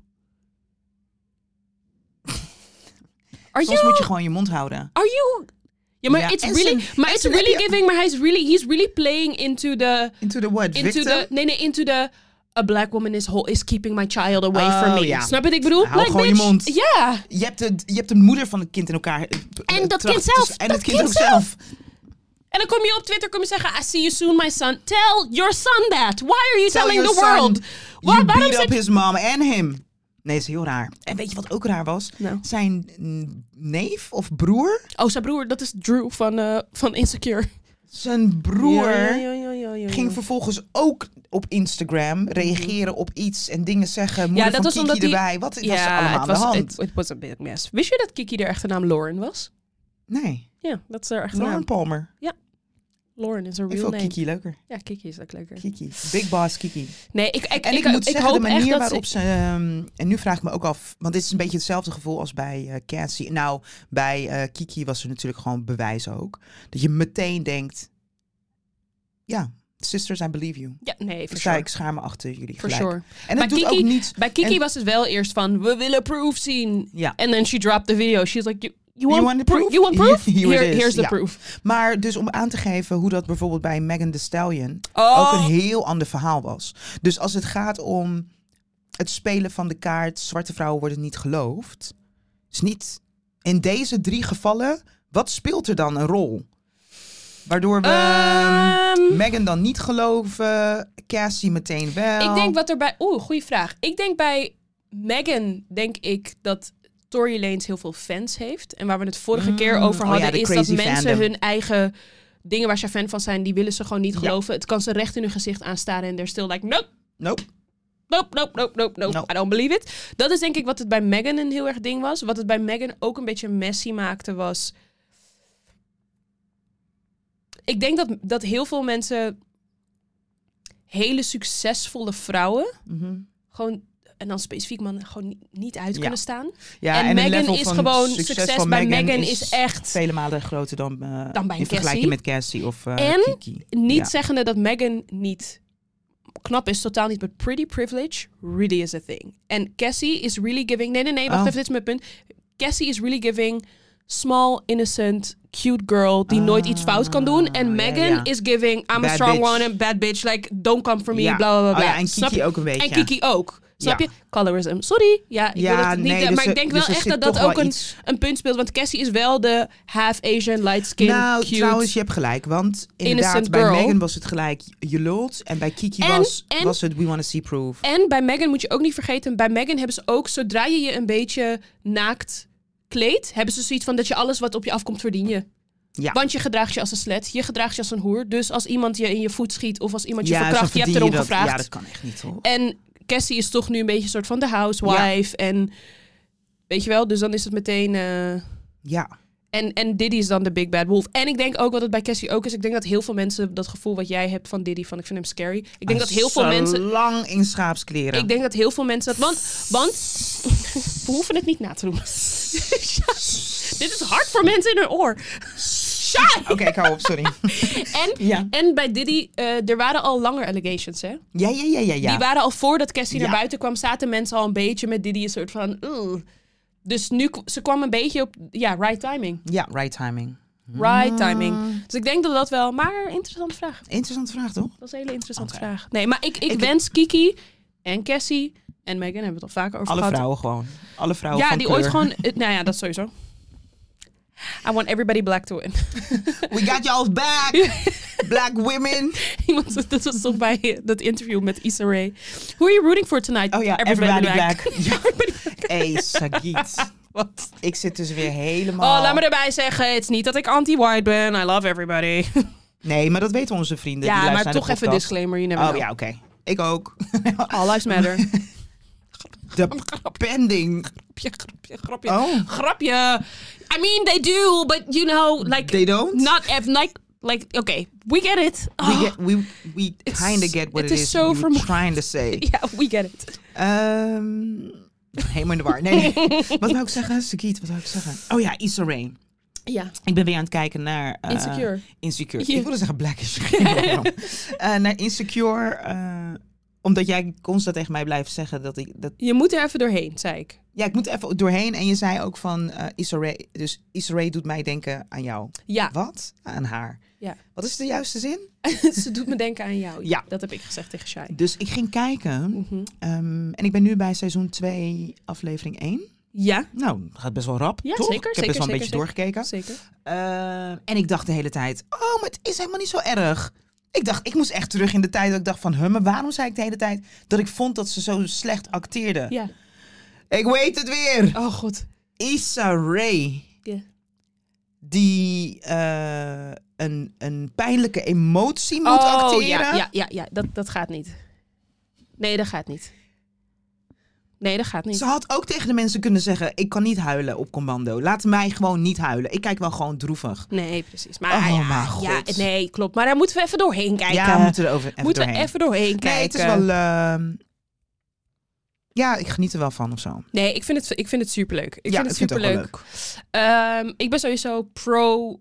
Soms moet je gewoon je mond houden. Are you... Ja, maar it's really giving... Maar he's really playing into the... Into the what? Into the... A black woman is keeping my child away from me. Ja. Snap je wat ik bedoel? Hou gewoon je mond. Ja. Je hebt de moeder van het kind in elkaar... En dat kind zelf. En het kind ook zelf. En dan kom je op Twitter zeggen... I see you soon, my son. Tell your son that. Why are you telling the world? You beat up his mom and him. Nee, dat is heel raar. En weet je wat ook raar was? Nou. Zijn neef of broer? Oh, zijn broer. Dat is Drew van Insecure. Zijn broer Ja. ging vervolgens ook op Instagram reageren op iets en dingen zeggen. Moeder van Kiki erbij. Wat was er allemaal aan de hand? Het was een big mess. Wist je dat Kiki de echte naam Lauren was? Nee. Ja, dat is haar echte naam. Lauren Palmer. Ja. Lauren is een real name. Ik vind Kiki leuker. Ja, Kiki is ook leuker. Kiki. Big boss Kiki. Nee, ik moet zeggen, de manier waarop ze... en nu vraag ik me ook af... Want dit is een beetje hetzelfde gevoel als bij Cassie. Nou, bij Kiki was er natuurlijk gewoon bewijs ook. Dat je meteen denkt... Ja, sisters, I believe you. Ja, nee, for sure. Ik schaar me achter jullie for gelijk. Sure. En dat doet ook niet... Bij Kiki was het wel eerst van... We willen proof zien. Ja. En then she dropped the video. She's like... You want the proof? You want proof? Here's the proof. Maar dus om aan te geven hoe dat bijvoorbeeld bij Megan Thee Stallion ook een heel ander verhaal was. Dus als het gaat om het spelen van de kaart, zwarte vrouwen worden niet geloofd. Is niet in deze 3 gevallen, wat speelt er dan een rol? Waardoor we Meghan dan niet geloven, Cassie meteen wel. Ik denk wat er bij... goede vraag. Ik denk bij Meghan, denk ik dat Tory Lanez heel veel fans heeft. En waar we het vorige keer over hadden, is dat mensen fandom. Hun eigen dingen waar ze fan van zijn, die willen ze gewoon niet geloven. Het kan ze recht in hun gezicht aanstaren en they're still like, nope. Nope. I don't believe it. Dat is denk ik wat het bij Meghan een heel erg ding was. Wat het bij Meghan ook een beetje messy maakte was... Ik denk dat heel veel mensen hele succesvolle vrouwen gewoon, en dan specifiek mannen, gewoon niet uit kunnen staan. Ja, en Meghan is gewoon succes bij Meghan is echt vele malen groter dan bij in vergelijking met Cassie of Kiki. Niet zeggende dat Meghan niet knap is, totaal niet, but pretty privilege really is a thing. En Cassie is really giving... Nee, wacht even, dit is mijn punt. Cassie is really giving small, innocent, cute girl die nooit iets fout kan doen. En Meghan is giving, I'm bad a strong bitch. One, a bad bitch, like, don't come for me, bla, bla, bla. Oh ja, en Kiki ook een beetje. En Kiki ook. Snap je? Colorism. Sorry. Ja, ik wil het niet. Dus maar ik denk wel echt dat ook een punt speelt. Want Cassie is wel de half Asian, light skin, cute. Trouwens, je hebt gelijk. Want inderdaad, bij Meghan was het gelijk je lult. En bij Kiki was het we want to see proof. En bij Meghan moet je ook niet vergeten. Bij Meghan hebben ze ook, zodra je je een beetje naakt kleedt, hebben ze zoiets van dat je alles wat op je afkomt verdien je. Ja. Want je gedraagt je als een slet, je gedraagt je als een hoer. Dus als iemand je in je voet schiet of als iemand je verkracht, je hebt erom gevraagd. Ja, dat kan echt niet, hoor. En Cassie is toch nu een beetje een soort van de housewife. Ja. En weet je wel, dus dan is het meteen... Ja. En Diddy is dan de big bad wolf. En ik denk ook wat het bij Cassie ook is. Ik denk dat heel veel mensen dat gevoel wat jij hebt van Diddy, van ik vind hem scary. Ik denk dat heel veel mensen... lang in schaapskleren. Ik denk dat heel veel mensen dat... Want we hoeven het niet na te doen. Dit is hard voor mensen in hun oor. Oké, ik hou op, sorry. En bij Diddy, er waren al langer allegations, hè? Ja. Die waren al voordat Cassie naar buiten kwam, zaten mensen al een beetje met Diddy een soort van... Dus nu, ze kwam een beetje op, right timing. Ja, right timing. Right timing. Dus ik denk dat dat wel... Maar interessante vraag. Interessante vraag, toch? Dat is een hele interessante vraag. Nee, maar ik wens Kiki en Cassie en Meghan, hebben we het al vaker over gehad. Alle vrouwen gewoon. Alle vrouwen van die kleur. ooit gewoon... Nou ja, dat sowieso. I want everybody black to win. We got y'all back. Black women. Dat was toch bij dat interview met Issa Rae. Who are you rooting for tonight? Oh ja, everybody black. Ja. Hey, Sagiet. Wat? Ik zit dus weer helemaal... laat me erbij zeggen. Het is niet dat ik anti-white ben. I love everybody. Nee, maar dat weten onze vrienden. Ja, maar toch even een disclaimer. You never know. Ja, oké. Ik ook. All lives matter. De pending. Grapje. Oh. Grapje. I mean, they do, but you know, like... They don't? Not like okay, we get it. We kind of get what it is so you're trying to say. Yeah, we get it. Helemaal in de war. Nee. Wat wou ik zeggen? Sagiet, wat wou ik zeggen? Oh ja, Issa Rae. Ja. Ik ben weer aan het kijken naar... Insecure. Yeah. Ik wilde zeggen Blackish. Naar Insecure... omdat jij constant tegen mij blijft zeggen dat ik... Je moet er even doorheen, zei ik. Ja, ik moet er even doorheen. En je zei ook van Issa Rae. Dus Issa Rae doet mij denken aan jou. Ja. Wat? Aan haar. Ja. Wat is de juiste zin? Ze doet me denken aan jou. Ja. Dat heb ik gezegd tegen Shai. Dus ik ging kijken. En ik ben nu bij seizoen 2, aflevering 1. Ja. Nou, dat gaat best wel rap, ja, toch? Zeker, ik heb best wel een beetje doorgekeken. Zeker. En ik dacht de hele tijd... Oh, maar het is helemaal niet zo erg. Ik moest echt terug in de tijd dat ik dacht van... maar waarom zei ik de hele tijd dat ik vond dat ze zo slecht acteerde? Ja. Ik weet het weer. Oh, god. Issa Rae. Yeah. Die een pijnlijke emotie moet acteren. Ja. Dat gaat niet. Nee, dat gaat niet. Ze had ook tegen de mensen kunnen zeggen... ik kan niet huilen op commando. Laat mij gewoon niet huilen. Ik kijk wel gewoon droevig. Nee, precies. Maar nee, klopt. Maar daar moeten we even doorheen kijken. Ja, we moeten er even doorheen kijken. Nee, het is wel... Ja, ik geniet er wel van of zo. Nee, ik vind het superleuk. Ik vind het superleuk. Ik ben sowieso pro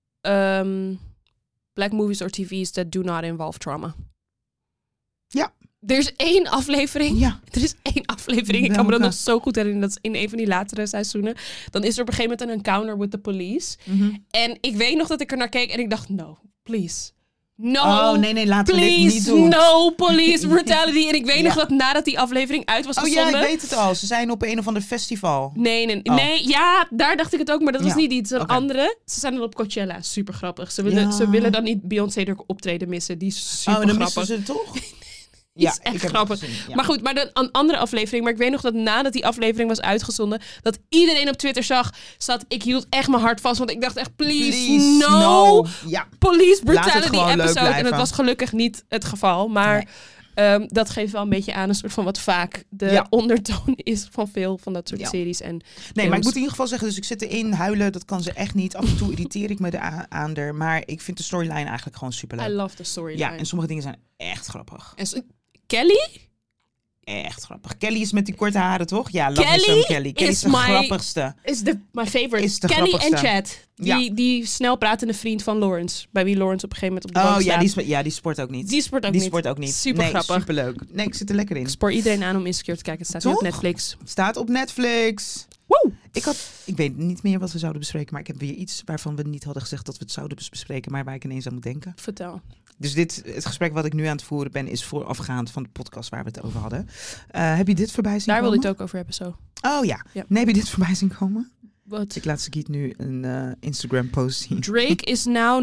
black movies or tv's that do not involve trauma. Ja. Er is 1 aflevering. Ja. Er is 1 aflevering. Ik kan me dat nog zo goed herinneren. Dat is in een van die latere seizoenen. Dan is er op een gegeven moment een encounter with the police. Mm-hmm. En ik weet nog dat ik er naar keek en ik dacht, no, please. No, Oh, nee, laten we dit please, niet doen. no police brutality. En ik weet nog dat nadat die aflevering uit was gezonden... Oh ja, ik weet het al. Ze zijn op een of ander festival. Nee, ja, daar dacht ik het ook, maar dat was niet iets. Een oké. andere. Ze zijn dan op Coachella, super grappig. Ze willen dan niet Beyoncé er optreden missen. Die is super dan grappig. missen ze het toch? Die is echt grappig. Ja. Maar goed, maar een andere aflevering. Maar ik weet nog dat nadat die aflevering was uitgezonden, dat iedereen op Twitter zat. Ik hield echt mijn hart vast, want ik dacht echt, please no. Ja. Police Laat het brutality gewoon leuk episode. En blijven. dat was gelukkig niet het geval. Maar dat geeft wel een beetje aan een soort van wat vaak de ondertoon is van veel van dat soort series. En nee, maar ik moet in ieder geval zeggen, dus ik zit erin, huilen, dat kan ze echt niet. Af en toe irriteer ik me aan haar, maar ik vind de storyline eigenlijk gewoon superleuk. I love the storyline. Ja, en sommige dingen zijn echt grappig. En Kelly? Echt grappig. Kelly is met die korte haren, toch? Ja, Kelly Kelly. Kelly is de grappigste. Is my favorite. Is de Kelly grappigste. en Chad. Die snel pratende vriend van Lawrence. Bij wie Lawrence op een gegeven moment op de bank staat. Die sport ook niet. Die sport ook niet. Super grappig. Superleuk. Nee, ik zit er lekker in. Ik spoor iedereen aan om Insecure te kijken. Het staat nu op Netflix. Staat op Netflix. Woe! Ik weet niet meer wat we zouden bespreken, maar ik heb weer iets waarvan we niet hadden gezegd dat we het zouden bespreken, maar waar ik ineens aan moet denken. Vertel. Dus het gesprek wat ik nu aan het voeren ben, is voorafgaand van de podcast waar we het over hadden. Heb je dit voorbij zien Daar komen? wilde ik het ook over hebben zo. Oh ja. Nee, heb je dit voorbij zien komen? Wat? Ik laat Sagiet nu een Instagram post zien. Drake is now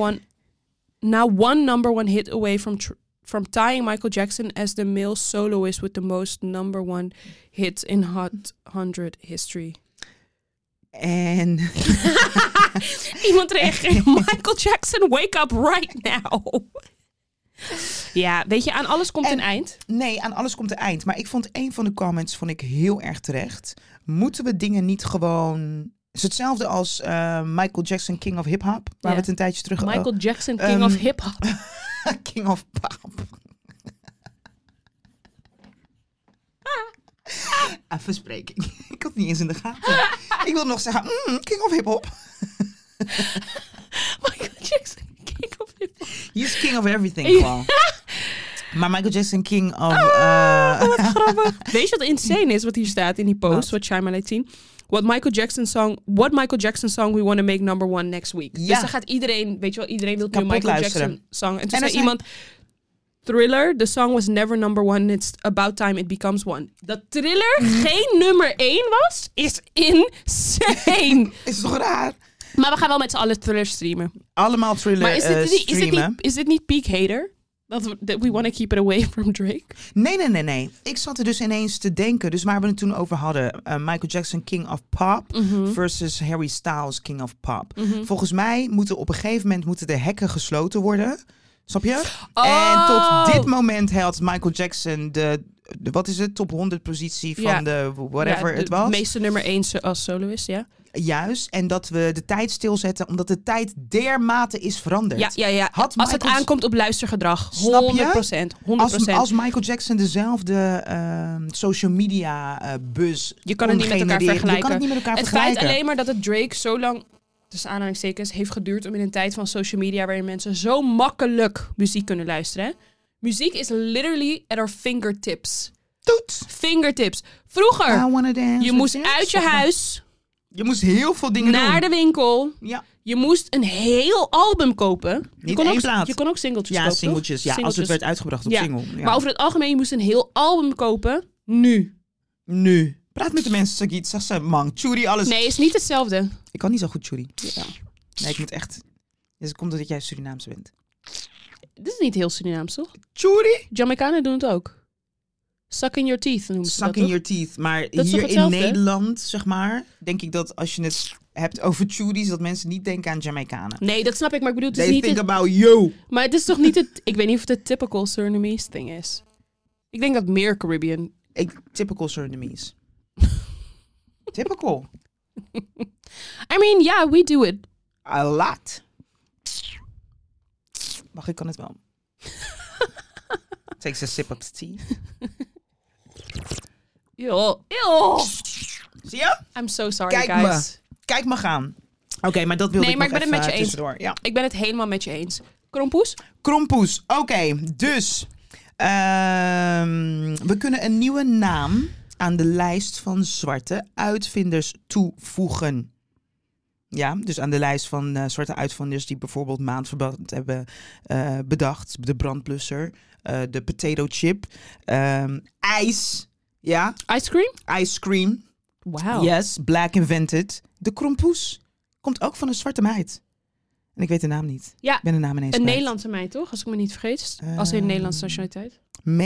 one number one hit away from tying Michael Jackson as the male soloist with the most number one hits in Hot 100 history. En iemand reageert, Michael Jackson, wake up right now. Ja, weet je, aan alles komt een eind. Nee, aan alles komt een eind. Maar ik vond een van de comments heel erg terecht. Moeten we dingen niet gewoon... Het is hetzelfde als Michael Jackson, King of Hip Hop. Waar we het een tijdje terug... Michael Jackson, King of Hip Hop. King of Pop. Verspreking. Ik had het niet eens in de gaten. Ik wil nog zeggen, King of Hip Hop. Michael Jackson, King of Hip Hop. He is king of everything gewoon. Maar Michael Jackson, King of... Wat grappig. Weet je wat insane is wat hier staat in die post, wat Shaima laat zien? What Michael Jackson song we want to make number one next week. Ja. Dus dan gaat iedereen, weet je wel, iedereen wil nu Michael luisteren. Jackson song. En toen zei iemand, Thriller, the song was never number one. It's about time it becomes one. Dat Thriller geen nummer 1 was, is insane. Is toch raar? Maar we gaan wel met z'n allen Thriller streamen. Allemaal Thriller maar is dit niet peak hater? Dat we want to keep it away from Drake? Nee. Ik zat er dus ineens te denken. Dus waar we het toen over hadden. Michael Jackson, King of Pop. Versus Harry Styles, King of Pop. Volgens mij moeten op een gegeven moment de hekken gesloten worden. Snap je? En tot dit moment had Michael Jackson wat is het? Top 100 positie van de whatever het was. De meeste nummer 1 als soloist, ja. Juist, en dat we de tijd stilzetten, omdat de tijd dermate is veranderd. Ja. Als het aankomt op luistergedrag, 100%. 100%. Als Michael Jackson dezelfde social media buzz je kan het niet met elkaar vergelijken. Je kan het niet met elkaar vergelijken. Het feit alleen maar dat het Drake zo lang, tussen aanhalingstekens, heeft geduurd om in een tijd van social media waarin mensen zo makkelijk muziek kunnen luisteren. Muziek is literally at our fingertips. Fingertips. Vroeger, je moest uit je huis... Je moest heel veel dingen doen. Naar de winkel. Ja. Je moest een heel album kopen. Niet één plaat. Je kon ook singeltjes kopen. Singeltjes. Ja, als het werd uitgebracht op single. Ja. Maar over het algemeen, je moest een heel album kopen. Nu. Praat met de mensen, Sagiet. Zeg ze, man, Churi, alles. Nee, is niet hetzelfde. Ik kan niet zo goed Churi. Ja. Nee, ik moet echt... Dus het komt omdat jij Surinaamse bent. Dit is niet heel Surinaams, toch? Churi? Jamaicanen doen het ook. Suck in your teeth noemen ze dat, Suck in your teeth. Maar dat hier in Nederland, zeg maar, denk ik dat als je het hebt over Chudi's, dat mensen niet denken aan Jamaicanen. Nee, dat snap ik, maar ik bedoel, het is They niet... think about you. Maar het is toch niet het... Ik weet niet of het de typical Surinamese thing is. Ik denk dat meer Caribbean... Typical Surinamese. Typical. I mean, yeah, we do it. A lot. Wacht, ik kan het wel. Takes a sip of tea. Ew. Zie je? I'm so sorry, guys. Kijk me gaan. Oké, maar dat wilde ik nog even tussendoor. Nee, maar ik ben het met je eens. Ja. Ik ben het helemaal met je eens. Krompoes. Oké, dus... we kunnen een nieuwe naam aan de lijst van zwarte uitvinders toevoegen. Ja, dus aan de lijst van soorten uitvinders die bijvoorbeeld maandverband hebben bedacht. De brandblusser, de potato chip, ijs. Ja, Ice cream? ice cream. Wauw. Yes, Black invented. De krompoes komt ook van een zwarte meid. En ik weet de naam niet. Ja, Ik ben de naam ineens een kwijt. Nederlandse meid, toch? Als ik me niet vergeet. Als in Nederlandse nationaliteit.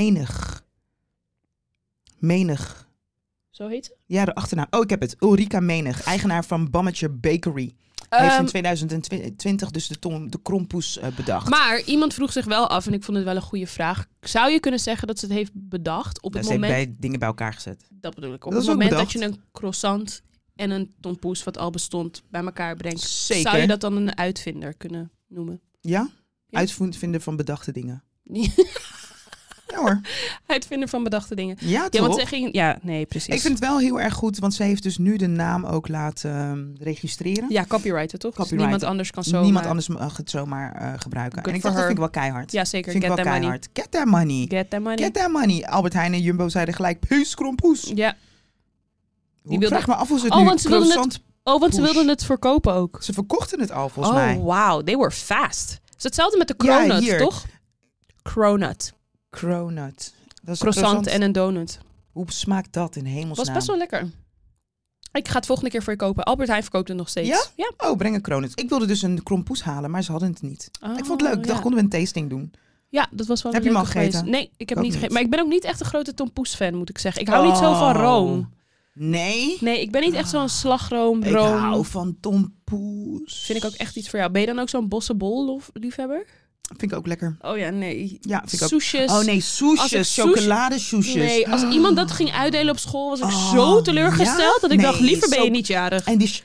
Menig. Zo heet ze? Ja, de achternaam. Oh, ik heb het. Ulrika Menig, eigenaar van Bammetje Bakery. Heeft in 2020 dus de krompoes bedacht. Maar iemand vroeg zich wel af, en ik vond het wel een goede vraag. Zou je kunnen zeggen dat ze het heeft bedacht op het Ze moment... heeft dingen bij elkaar gezet. Dat bedoel ik. Op Dat het is ook moment bedacht. dat je een croissant en een tompoes, wat al bestond, bij elkaar brengt. Zeker. Zou je dat dan een uitvinder kunnen noemen? Ja? Ja. Uitvinden van bedachte dingen. Ja hoor. Uitvinder van bedachte dingen. Ja, Ja, toch? want ze ging... Ja, nee, precies. Ik vind het wel heel erg goed, want ze heeft dus nu de naam ook laten registreren. Ja, copyrighten, toch? Dus Copyrighten. niemand anders kan zo. Niemand anders mag het zomaar gebruiken. Good En ik for dacht, dat her. vind ik wel keihard. Ja, zeker. Vind ik Get wel that money. keihard. Get that money. Get that money. Get that money. Albert Heijn en Jumbo zeiden gelijk, peus, krompoes. Ja. Ik wilde- vraag me af hoe ze het Oh, nu want ze wilden het- croissant... Oh, want ze Push. wilden het verkopen ook. Ze verkochten het al, volgens mij. Oh, wow. They were fast. Het is hetzelfde met de Ja, cronut, hier. toch? Cronut. Cronut. Dat is Croissant en een donut. Hoe smaakt dat in hemelsnaam? Was best wel lekker. Ik ga het volgende keer voor je kopen. Albert Heijn verkoopt het nog steeds. Ja? Ja. Oh, breng een cronut. Ik wilde dus een krompoes halen, maar ze hadden het niet. Oh, Ik vond het leuk. Ik dacht, ja. konden we een tasting doen? Ja, dat was wel Heb een je hem leuke al gegeten? geweest. Nee, ik heb Ook niet niet. gegeten. Maar ik ben ook niet echt een grote tompoes-fan, moet ik zeggen. Ik hou niet zo van room. Nee? Nee, ik ben niet echt zo'n slagroom, Ik room. hou van tompoes. Vind ik ook echt iets voor jou. Ben je dan ook zo'n bossenbol-liefhebber? Vind ik ook lekker. Oh ja, nee. Ja, vind ik ook. Soesjes. Oh nee, Als ik soesjes. sushi- Chocoladesoesjes. Nee, als iemand dat ging uitdelen op school, was ik Oh, zo teleurgesteld ja? dat ik Nee, dacht, liever ben je zo- niet jarig. En die...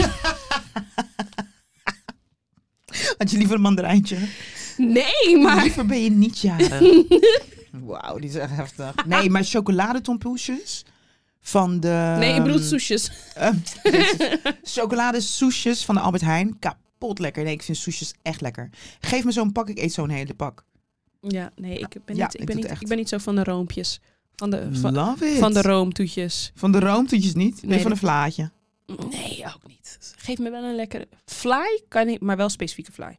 Had je liever een mandarijntje? Nee, maar... Liever ben je niet jarig. Wauw, die is echt heftig. Nee, maar chocoladetompoesjes van de... Nee, ik bedoel soesjes. Chocoladesoesjes van de Albert Heijn. Kapot lekker. Nee, ik vind soesjes echt lekker. Geef me zo'n pak, ik eet zo'n hele pak. Ja, nee, ik ben, Ja, niet, ik ik, doe ben niet, het echt. ik ben niet zo van de roompjes. Van de Love it. van de roomtoetjes. Van de roomtoetjes niet? Nee, Nee, van een vlaatje. Nee, ook niet. Geef me wel een lekkere... Fly? Kan niet, maar wel specifieke fly.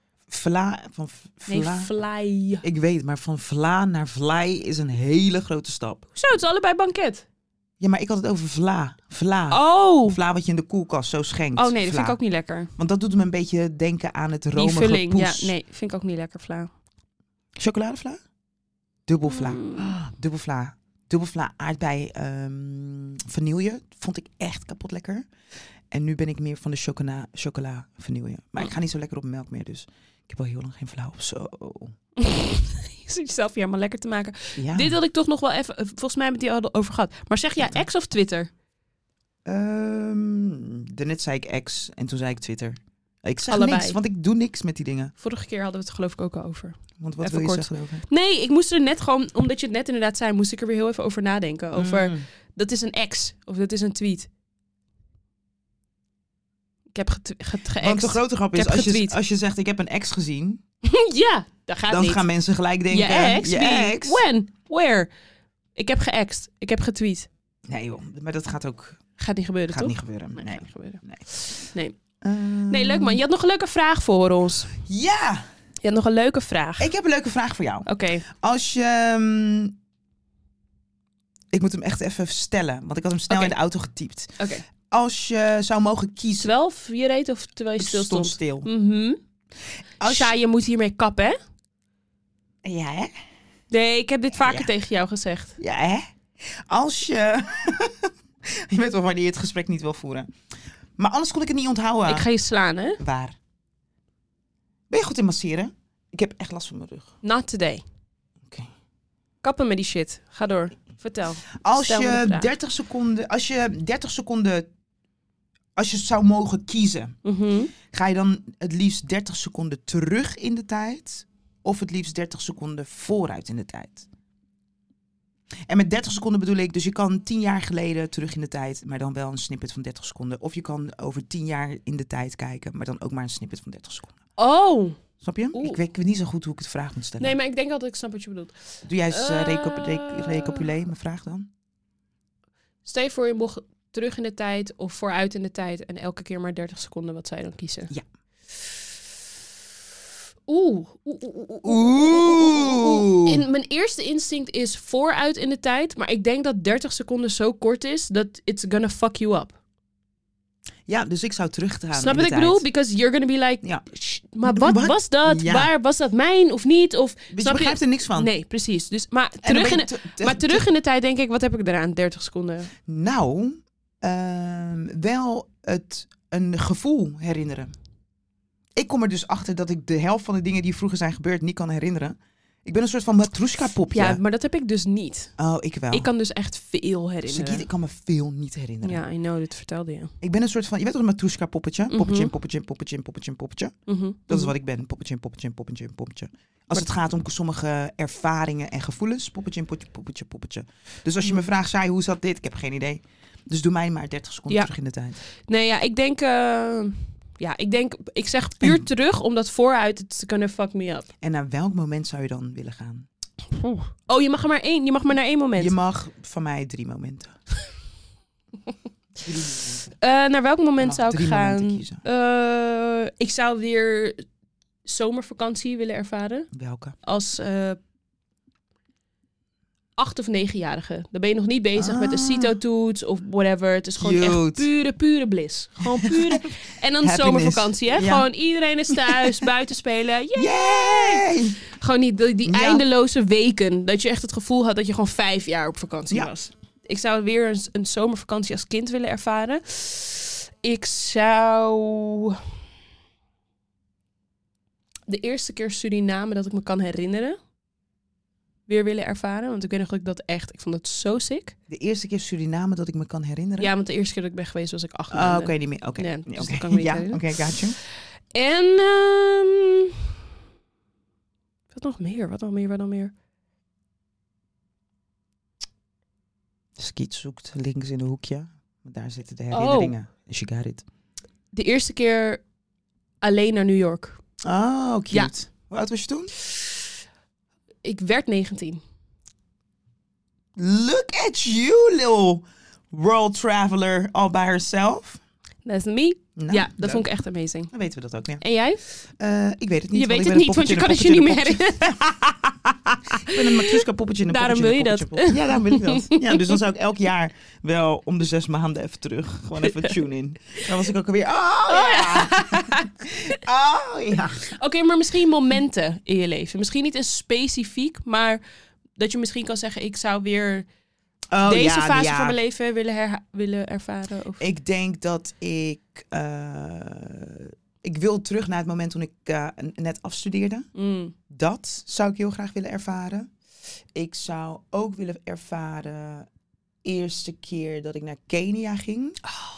Nee, Vla. fly. Ik weet, maar van vla naar vlaai is een hele grote stap. Zo, het is allebei banket. Ja, maar ik had het over vla. Vla. Oh. Vla wat je in de koelkast zo schenkt. Oh nee, dat Vla. vind ik ook niet lekker. Want dat doet me een beetje denken aan het Die romige vulling, poes. ja, nee, vind ik ook niet lekker, fla. Chocoladevla? Dubbelvla. Mm. Dubbelvla. Dubbelvla aardbei vanille. Vond ik echt kapot lekker. En nu ben ik meer van de chocola vanille. Maar ik ga niet zo lekker op melk meer, dus ik heb al heel lang geen vla op. Zo. Je zit jezelf hier helemaal lekker te maken. Ja. Dit wil ik toch nog wel even... Volgens mij hebben we het hier al over gehad. Maar zeg jij X of Twitter? Daarnet zei ik X en toen zei ik Twitter. Ik zeg Allebei. niks, want ik doe niks met die dingen. Vorige keer hadden we het geloof ik ook al over. Want wat Even wil je kort. zeggen over? Nee, ik moest er net gewoon... Omdat je het net inderdaad zei, moest ik er weer heel even over nadenken. Over, dat is een X of dat is een tweet. Ik heb geëxt. Want de grote grap Ik is, heb als je, getweet. als je zegt ik heb een ex gezien, Ja, dat gaat dan niet. gaan mensen gelijk denken... Je ex? Je Wie? ex? When? Where? Ik heb geëxt. Ik heb getweet. Nee joh, maar dat gaat ook Gaat niet gebeuren, gaat toch? niet gebeuren. Nee. Gaat niet gebeuren. Nee. Nee. Ehm, Nee, leuk man. Je had nog een leuke vraag voor ons. Ja, Je had nog een leuke vraag. ik heb een leuke vraag voor jou. Oké. Als je... ik moet hem echt even stellen, want ik had hem snel Oké. in de auto getypt. Oké. Als je zou mogen kiezen... Terwijl je reed of terwijl je Ik stil stond stond? stil. Mhm. Als Sja, je moet hiermee kappen, hè? Ja, hè? Nee, ik heb dit vaker Ja. tegen jou gezegd. Ja, hè? Als je... je weet wel wanneer je het gesprek niet wil voeren. Maar anders kon ik het niet onthouden. Ik ga je slaan, hè? Waar? Ben je goed in masseren? Ik heb echt last van mijn rug. Not today. Oké. Kappen met die shit. Ga door. Vertel. Als Stel me de je vraag. 30 seconden... Als je zou mogen kiezen... Mhm. Ga je dan het liefst 30 seconden terug in de tijd? Of het liefst 30 seconden vooruit in de tijd? En met 30 seconden bedoel ik, dus je kan 10 jaar geleden terug in de tijd, maar dan wel een snippet van 30 seconden. Of je kan over 10 jaar in de tijd kijken, maar dan ook maar een snippet van 30 seconden. Oh. Snap je? Oeh. Ik weet niet zo goed hoe ik het vraag moet stellen. Nee, maar ik denk altijd, ik snap wat je bedoelt. Doe jij eens recapulé mijn vraag dan? Stel je voor, je mocht terug in de tijd of vooruit in de tijd en elke keer maar 30 seconden, wat zou je dan kiezen? Ja. Oeh. Mijn eerste instinct is vooruit in de tijd, maar ik denk dat 30 seconden zo kort is dat it's gonna fuck you up. Ja, dus ik zou teruggaan. Snap je wat ik bedoel? Because you're gonna be like, Ja. maar wat was dat? Ja. Waar was dat mijn of niet? Of Je begrijpt er niks van. Nee, precies. Dus, maar En dan terug in de tijd denk ik, wat heb ik eraan? 30 seconden. Nou, wel een gevoel herinneren. Ik kom er dus achter dat ik de helft van de dingen die vroeger zijn gebeurd niet kan herinneren. Ik ben een soort van Matroeska-popje. Ja, maar dat heb ik dus niet. Oh, ik wel. Ik kan dus echt veel herinneren. Sagiet, ik kan me veel niet herinneren. Ja, I know, dit vertelde je. Ik ben een soort van, je weet toch een Matroeska-poppetje? Mhm. Poppetje, poppetje, poppetje, poppetje, poppetje. Mhm, Dat is wat ik ben. Poppetje, poppetje, poppetje, poppetje. Als het gaat om sommige ervaringen en gevoelens. Poppetje, poppetje, poppetje, poppetje. Dus als je me vraagt, Shai, hoe zat dit? Ik heb geen idee. Dus doe mij maar 30 seconden Ja. terug in de tijd. Nee, ja, ik zeg puur terug, omdat vooruit it's gonna fuck me up. En naar welk moment zou je dan willen gaan? Oh, je mag er maar één. Je mag maar naar één moment. Je mag van mij 3 momenten. Naar welk moment mag zou ik 3 gaan? momenten kiezen. Ik zou weer zomervakantie willen ervaren. Welke? Als 8 of 9-jarige. Dan ben je nog niet bezig met een CITO-toets of whatever. Het is gewoon echt pure bliss. Gewoon pure... En dan Happiness. zomervakantie, hè? Ja. Gewoon iedereen is thuis, buiten spelen. Yay! Yay! Gewoon niet die Ja. eindeloze weken. Dat je echt het gevoel had dat je gewoon 5 jaar op vakantie Ja. was. Ik zou weer een zomervakantie als kind willen ervaren. Ik zou... De eerste keer Suriname dat ik me kan herinneren... weer willen ervaren. Want ik weet nog dat ik dat echt... Ik vond het zo sick. De eerste keer Suriname dat ik me kan herinneren? Ja, want de eerste keer dat ik ben geweest was ik 8 Oh, maanden. oké, niet meer. Oké. Nee, dus Oké. dat kan ik me niet Ja, herinneren. oké, got you. En... Wat nog meer? Skiet zoekt links in een hoekje. Want daar zitten de herinneringen. She got it. De eerste keer alleen naar New York. Oh, cute. Ja. Hoe oud was je toen? Ik werd 19. Look at you, little world traveler all by herself. That's me. Nou, Ja, dat leuk. vond ik echt amazing. Dan weten we dat ook weer. En jij? Ik weet het niet. Je weet ik het ben niet, een want je poppetje, kan het je een niet meer poppetje, herinneren. Ik ben een Matroeska poppetje in een Daarom poppetje, wil een je poppetje, Ja, daarom wil ik dat. Ja, dus dan zou ik elk jaar wel om de 6 maanden even terug. Gewoon even tune in. Dan was ik ook alweer... Oh ja! Oh ja! Oké, maar misschien momenten in je leven. Misschien niet een specifiek, maar dat je misschien kan zeggen... ik zou weer deze fase van mijn leven willen ervaren. Of... Ik denk dat ik wil terug naar het moment toen ik net afstudeerde. Dat zou ik heel graag willen ervaren. Ik zou ook willen ervaren... eerste keer dat ik naar Kenia ging.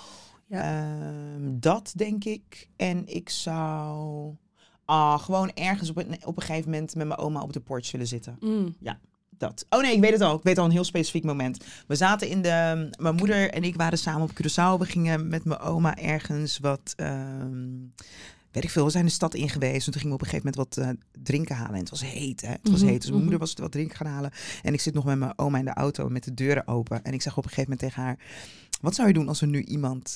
Dat denk ik. En ik zou gewoon ergens op een gegeven moment... met mijn oma op de porch willen zitten. Ja. Dat. Oh nee, ik weet het al. Ik weet al een heel specifiek moment. We zaten mijn moeder en ik waren samen op Curaçao. We gingen met mijn oma ergens wat... weet ik veel, we zijn de stad in geweest. En toen gingen we op een gegeven moment wat drinken halen. En het was heet, hè. Het was heet. Dus mijn moeder was wat drinken gaan halen. En ik zit nog met mijn oma in de auto met de deuren open. En ik zeg op een gegeven moment tegen haar... Wat zou je doen als er nu iemand...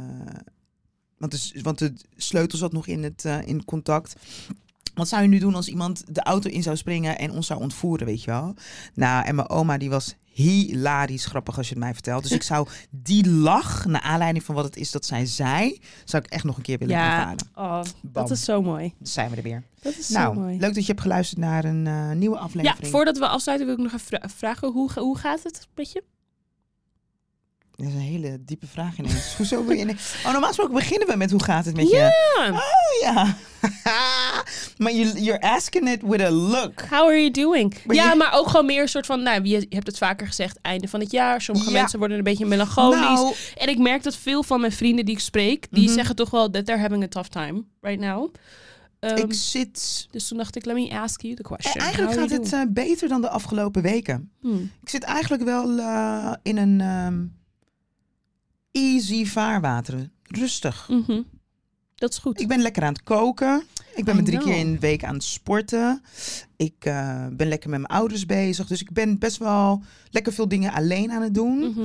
Want de sleutel zat nog in contact... Wat zou je nu doen als iemand de auto in zou springen en ons zou ontvoeren, weet je wel? Nou, en mijn oma die was hilarisch grappig als je het mij vertelt. Dus ik zou die lach, naar aanleiding van wat het is dat zij zei, zou ik echt nog een keer willen ervaren. Oh, dat is zo mooi. Dan zijn we er weer. Dat is Nou, zo mooi. leuk dat je hebt geluisterd naar een nieuwe aflevering. Ja, voordat we afsluiten wil ik nog even vragen, hoe gaat het met je? Dat is een hele diepe vraag ineens. Hoezo wil je... normaal gesproken beginnen we met hoe gaat het met je? Ja. Oh ja. Maar you're asking it with a look. How are you doing? Maar ook gewoon meer een soort van... Nou, je hebt het vaker gezegd, einde van het jaar. Sommige mensen worden een beetje melancholisch. Nou, en ik merk dat veel van mijn vrienden die ik spreek... die zeggen toch wel that they're having a tough time right now. Ik zit... Dus toen dacht ik, let me ask you the question. Eigenlijk gaat het beter dan de afgelopen weken. Ik zit eigenlijk wel in een easy vaarwater. Rustig. Dat is goed. Ik ben lekker aan het koken. Ik ben 3 keer in de week aan het sporten. Ik ben lekker met mijn ouders bezig. Dus ik ben best wel lekker veel dingen alleen aan het doen.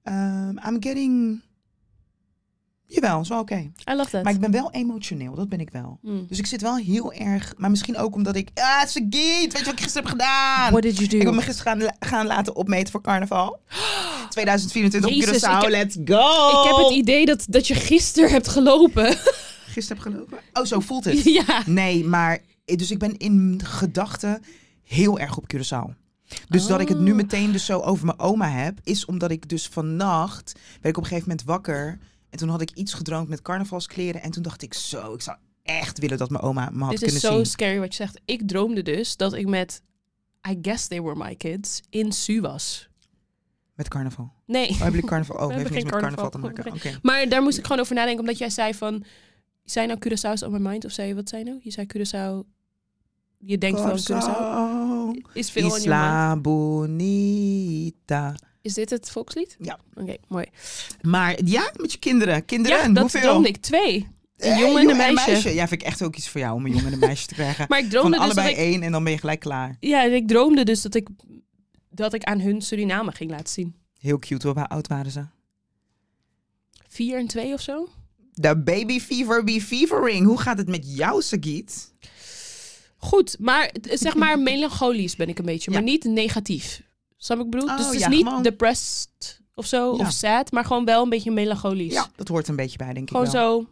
I'm getting... Jawel, is wel oké. I love that. Maar ik ben wel emotioneel, dat ben ik wel. Dus ik zit wel heel erg... Maar misschien ook omdat ik... Sagiet, weet je wat ik gisteren heb gedaan? What did you do? Ik heb me gisteren gaan laten opmeten voor carnaval. 2024 Jezus, op Curaçao, let's go! Ik heb het idee dat je gisteren hebt gelopen. Gisteren heb gelopen? Oh, zo voelt het. Ja. Nee, maar... Dus ik ben in gedachten heel erg op Curaçao. Dus dat ik het nu meteen dus zo over mijn oma heb... is omdat ik dus vannacht... werd ik op een gegeven moment wakker... En toen had ik iets gedroomd met carnavalskleren. En toen dacht ik zo, ik zou echt willen dat mijn oma me had Dit kunnen is zo zien. scary wat je zegt. Ik droomde dus dat ik met, I guess they were my kids, in Su was. Met carnaval? Nee. Oh, heb je carnaval? Oh, We heeft hebben niks geen met carnaval te carnaval. maken. Oké. Maar daar moest ik gewoon over nadenken, omdat jij zei van... Zijn nou Curaçao's on my mind? Of zei je, wat zei je nou? Je zei Curaçao... Je denkt van Curaçao. Is veel on your mind. Isla Bonita. Is dit het volkslied? Ja. Oké, mooi. Maar ja, met je kinderen. Kinderen, Ja, dat hoeveel? droomde ik. 2. Een jongen en een meisje. Ja, vind ik echt ook iets voor jou om een jongen en een meisje te krijgen. Maar ik droomde van dus allebei dat ik... 1 en dan ben je gelijk klaar. Ja, en ik droomde dus dat ik aan hun Suriname ging laten zien. Heel cute hoor. Hoe oud waren ze? 4 en 2 of zo. De baby fever be fevering. Hoe gaat het met jou, Sagiet? Goed, maar zeg maar melancholisch ben ik een beetje, maar niet negatief. Snap ik bedoel? Oh, dus het is ja, niet gewoon... depressed of zo, Ja. of sad, maar gewoon wel een beetje melancholisch. Ja, dat hoort een beetje bij, denk Gewoon ik wel. zo...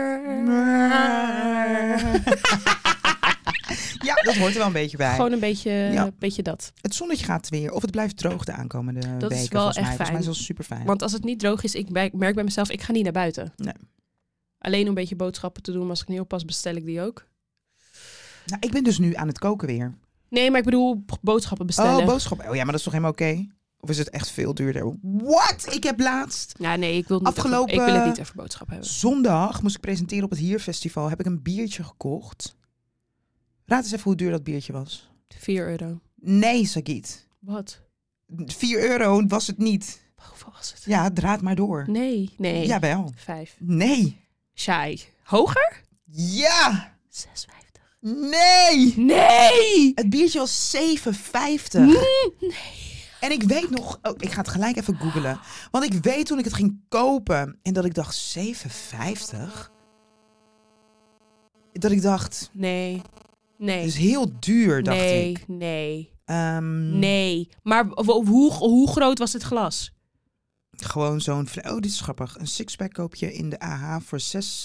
Ja, dat hoort er wel een beetje bij. Gewoon een beetje dat. Het zonnetje gaat weer. Of het blijft droog de aankomende Dat is weken. wel Volgens mij. echt Volgens mij is fijn. dat super fijn. Want als het niet droog is, ik merk bij mezelf, ik ga niet naar buiten. Nee. Alleen om een beetje boodschappen te doen, maar als ik niet oppas, bestel ik die ook. Nou, ik ben dus nu aan het koken weer. Nee, maar ik bedoel boodschappen bestellen. Oh, boodschappen. Oh ja, maar dat is toch helemaal oké? Of is het echt veel duurder? What? Ik heb laatst... Ja, nee, ik wil het niet even boodschappen hebben. Zondag moest ik presenteren op het Hierfestival. Heb ik een biertje gekocht. Raad eens even hoe duur dat biertje was. €4. Nee, Sagiet. Wat? €4 was het niet. Hoeveel was het? Ja, draad maar door. Nee. Jawel. 5. Nee. Shy. Hoger? Ja. 6,50. Nee. Nee! Het biertje was €7,50. Nee. En ik weet nog... Oh, ik ga het gelijk even googlen. Want ik weet toen ik het ging kopen... En dat ik dacht, €7,50? Dat ik dacht... Nee. Het is heel duur, dacht ik. Nee. Ehm, Nee. Maar hoe groot was het glas? Gewoon zo'n... Oh, dit is grappig. Een sixpack koop je in de AH voor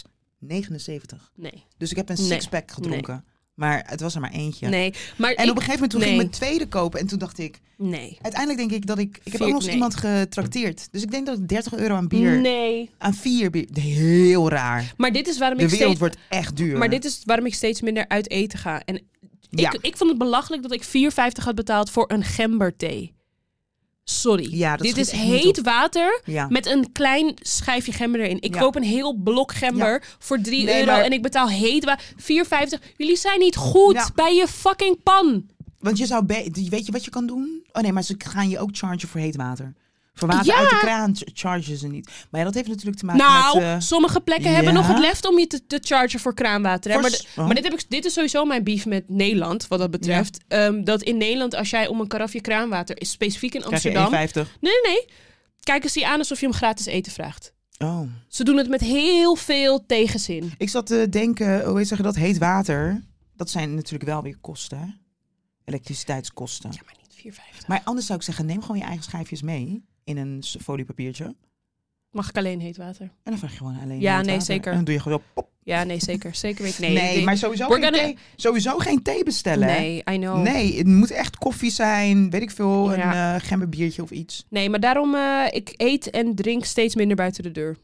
€6,79. Nee. Dus ik heb een sixpack gedronken. Maar het was er maar eentje. Nee. Maar En op een gegeven moment toen ging ik mijn tweede kopen. En toen dacht ik... Nee. Uiteindelijk denk ik dat ik... Ik heb ook nog eens iemand getrakteerd. Dus ik denk dat ik €30 aan bier... Nee. Aan 4 bier... Heel raar. Maar dit is waarom De ik wereld steeds... wordt echt duur. Maar dit is waarom ik steeds minder uit eten ga. En Ja. ik vond het belachelijk dat ik €4,50 had betaald voor een gemberthee. Sorry. Ja, dat Dit is schiet echt niet heet op. water Ja. met een klein schijfje gember erin. Ik Ja. koop een heel blok gember voor €3 Nee, maar- en ik betaal heet water. €4,50. Jullie zijn niet goed Ja. bij je fucking pan. Want je zou... Weet je wat je kan doen? Oh nee, maar ze gaan je ook chargen voor heet water. Voor water Ja. uit de kraan chargen ze niet. Maar ja, dat heeft natuurlijk te maken Nou, met... sommige plekken ja. hebben nog het lef om je te chargen voor kraanwater. Hè? Voor Maar dit is sowieso mijn beef met Nederland, wat dat betreft. Dat in Nederland, als jij om een karafje kraanwater, is specifiek in krijg je Amsterdam... €1,50. Nee. Kijken ze je aan alsof je hem gratis eten vraagt. Oh. Ze doen het met heel veel tegenzin. Ik zat te denken, hoe heet dat heet water? Dat zijn natuurlijk wel weer kosten, hè? Elektriciteitskosten. Ja, maar niet €4,50. Maar anders zou ik zeggen, neem gewoon je eigen schijfjes mee in een foliepapiertje. Mag ik alleen heet water? En dan vraag je gewoon alleen Ja, heet nee, water. zeker. En dan doe je gewoon pop. Ja, nee, zeker. Zeker weet ik. Nee, maar sowieso geen thee bestellen. hè? Nee, I know. Nee, het moet echt koffie zijn, weet ik veel, Ja. een gemberbiertje of iets. Nee, maar daarom, ik eet en drink steeds minder buiten de deur.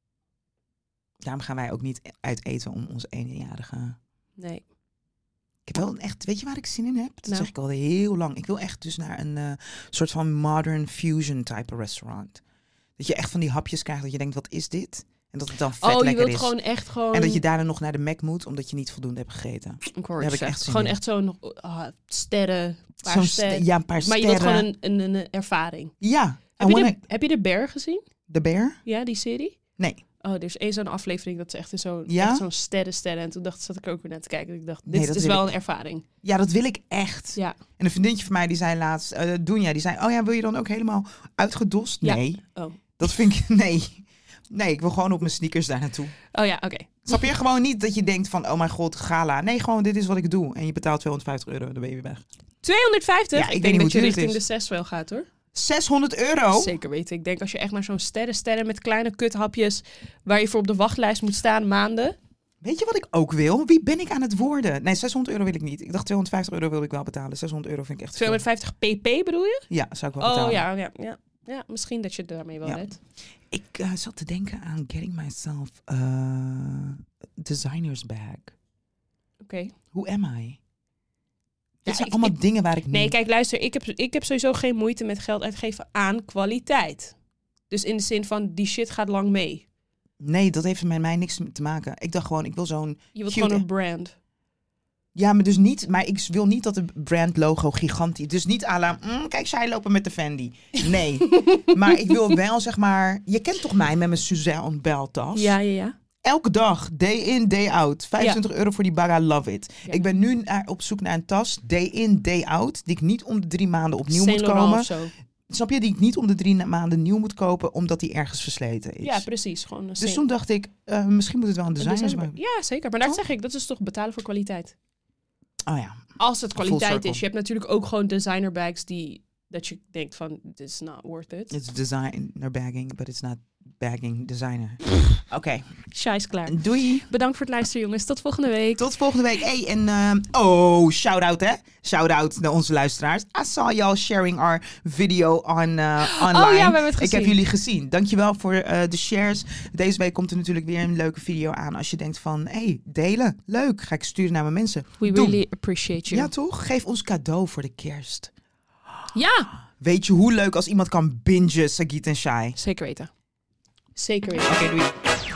Daarom gaan wij ook niet uit eten om onze eenjarige... Nee. Ik heb wel echt, weet je waar ik zin in heb? Dat Nou. zeg ik al heel lang. Ik wil echt dus naar een soort van modern fusion type restaurant. Dat je echt van die hapjes krijgt dat je denkt, wat is dit? En dat het dan vet Oh, je lekker wilt is. gewoon echt gewoon... En dat je daarna nog naar de Mac moet, omdat je niet voldoende hebt gegeten. Ik hoor Daar het heb ik zeggen. echt zin Gewoon in. echt zo'n sterren, paar Zo'n sterren. ja, een paar Maar sterren. je wilt gewoon een ervaring. Ja. Heb je de Bear gezien? De Bear? Ja, die serie? Nee. Oh, er is één zo'n aflevering dat ze echt in zo'n Ja? echt zo'n sterren. En toen zat ik ook weer naar te kijken. Ik dacht, Nee, dit dat is wil wel ik- een ervaring. Ja, dat wil ik echt. Ja. En een vriendinnetje van mij die zei laatst, Doenja, die zei, oh ja, wil je dan ook helemaal uitgedost? Ja. Nee. Oh. Dat vind ik... Nee, ik wil gewoon op mijn sneakers daar naartoe. Oh ja, oké. Snap je? Gewoon niet dat je denkt van, oh mijn god, gala. Nee, gewoon dit is wat ik doe. En je betaalt €250, dan ben je weer weg. 250? Ja, ik weet denk niet dat je hoe duur het richting de is. 6 wel gaat, hoor. €600? Zeker weten. Ik denk als je echt naar zo'n sterren met kleine kuthapjes... waar je voor op de wachtlijst moet staan maanden... Weet je wat ik ook wil? Wie ben ik aan het worden? Nee, €600 wil ik niet. Ik dacht €250 wil ik wel betalen. €600 vind ik echt veel. 250 pp bedoel je? Ja, zou ik wel betalen. Oh ja. Ja, misschien dat je daarmee wel redt. Ik zat te denken aan getting myself designer's bag. Oké. Who am I? Dit Ja, zijn allemaal dingen waar ik niet... Nee, kijk, luister. Ik heb sowieso geen moeite met geld uitgeven aan kwaliteit. Dus in de zin van, die shit gaat lang mee. Nee, dat heeft met mij niks te maken. Ik dacht gewoon, ik wil zo'n... Je wilt cute- gewoon een brand. Ja, maar dus niet... Maar ik wil niet dat de brandlogo gigantisch... Dus niet à la... kijk, zij lopen met de Fendi. Nee. Maar ik wil wel, zeg maar... Je kent toch mij met mijn Suzanne beltas? Ja. Elke dag, day in, day out. €25 voor die baga, love it. Ja. Ik ben nu op zoek naar een tas, day in, day out... die ik niet om de 3 maanden opnieuw Saint moet Laurent komen. of zo. Snap je? Die ik niet om de 3 maanden nieuw moet kopen... omdat die ergens versleten is. Ja, precies. Gewoon een Dus toen dacht ik, misschien moet het wel een designers maken. Ja, zeker. Maar daar Toch? zeg ik, dat is toch betalen voor kwaliteit. Oh ja. Als het kwaliteit circle. is. Je hebt natuurlijk ook gewoon designer bags dat je denkt van, this is not worth it. It's designer bagging, but it's not bagging designer. Oké. Shai is klaar. Doei. Bedankt voor het luisteren, jongens. Tot volgende week. Tot volgende week. Hey, en shout-out hè. Shout-out naar onze luisteraars. I saw y'all sharing our video online. Oh ja, we hebben het gezien. Ik heb jullie gezien. Dankjewel voor de shares. Deze week komt er natuurlijk weer een leuke video aan. Als je denkt van, hey, delen. Leuk. Ga ik sturen naar mijn mensen. We Doen. really appreciate you. Ja toch? Geef ons cadeau voor de kerst. Ja, Weet je hoe leuk als iemand kan bingen Sagit en Shai? zeker weten. Zeker weten. Oké, doei.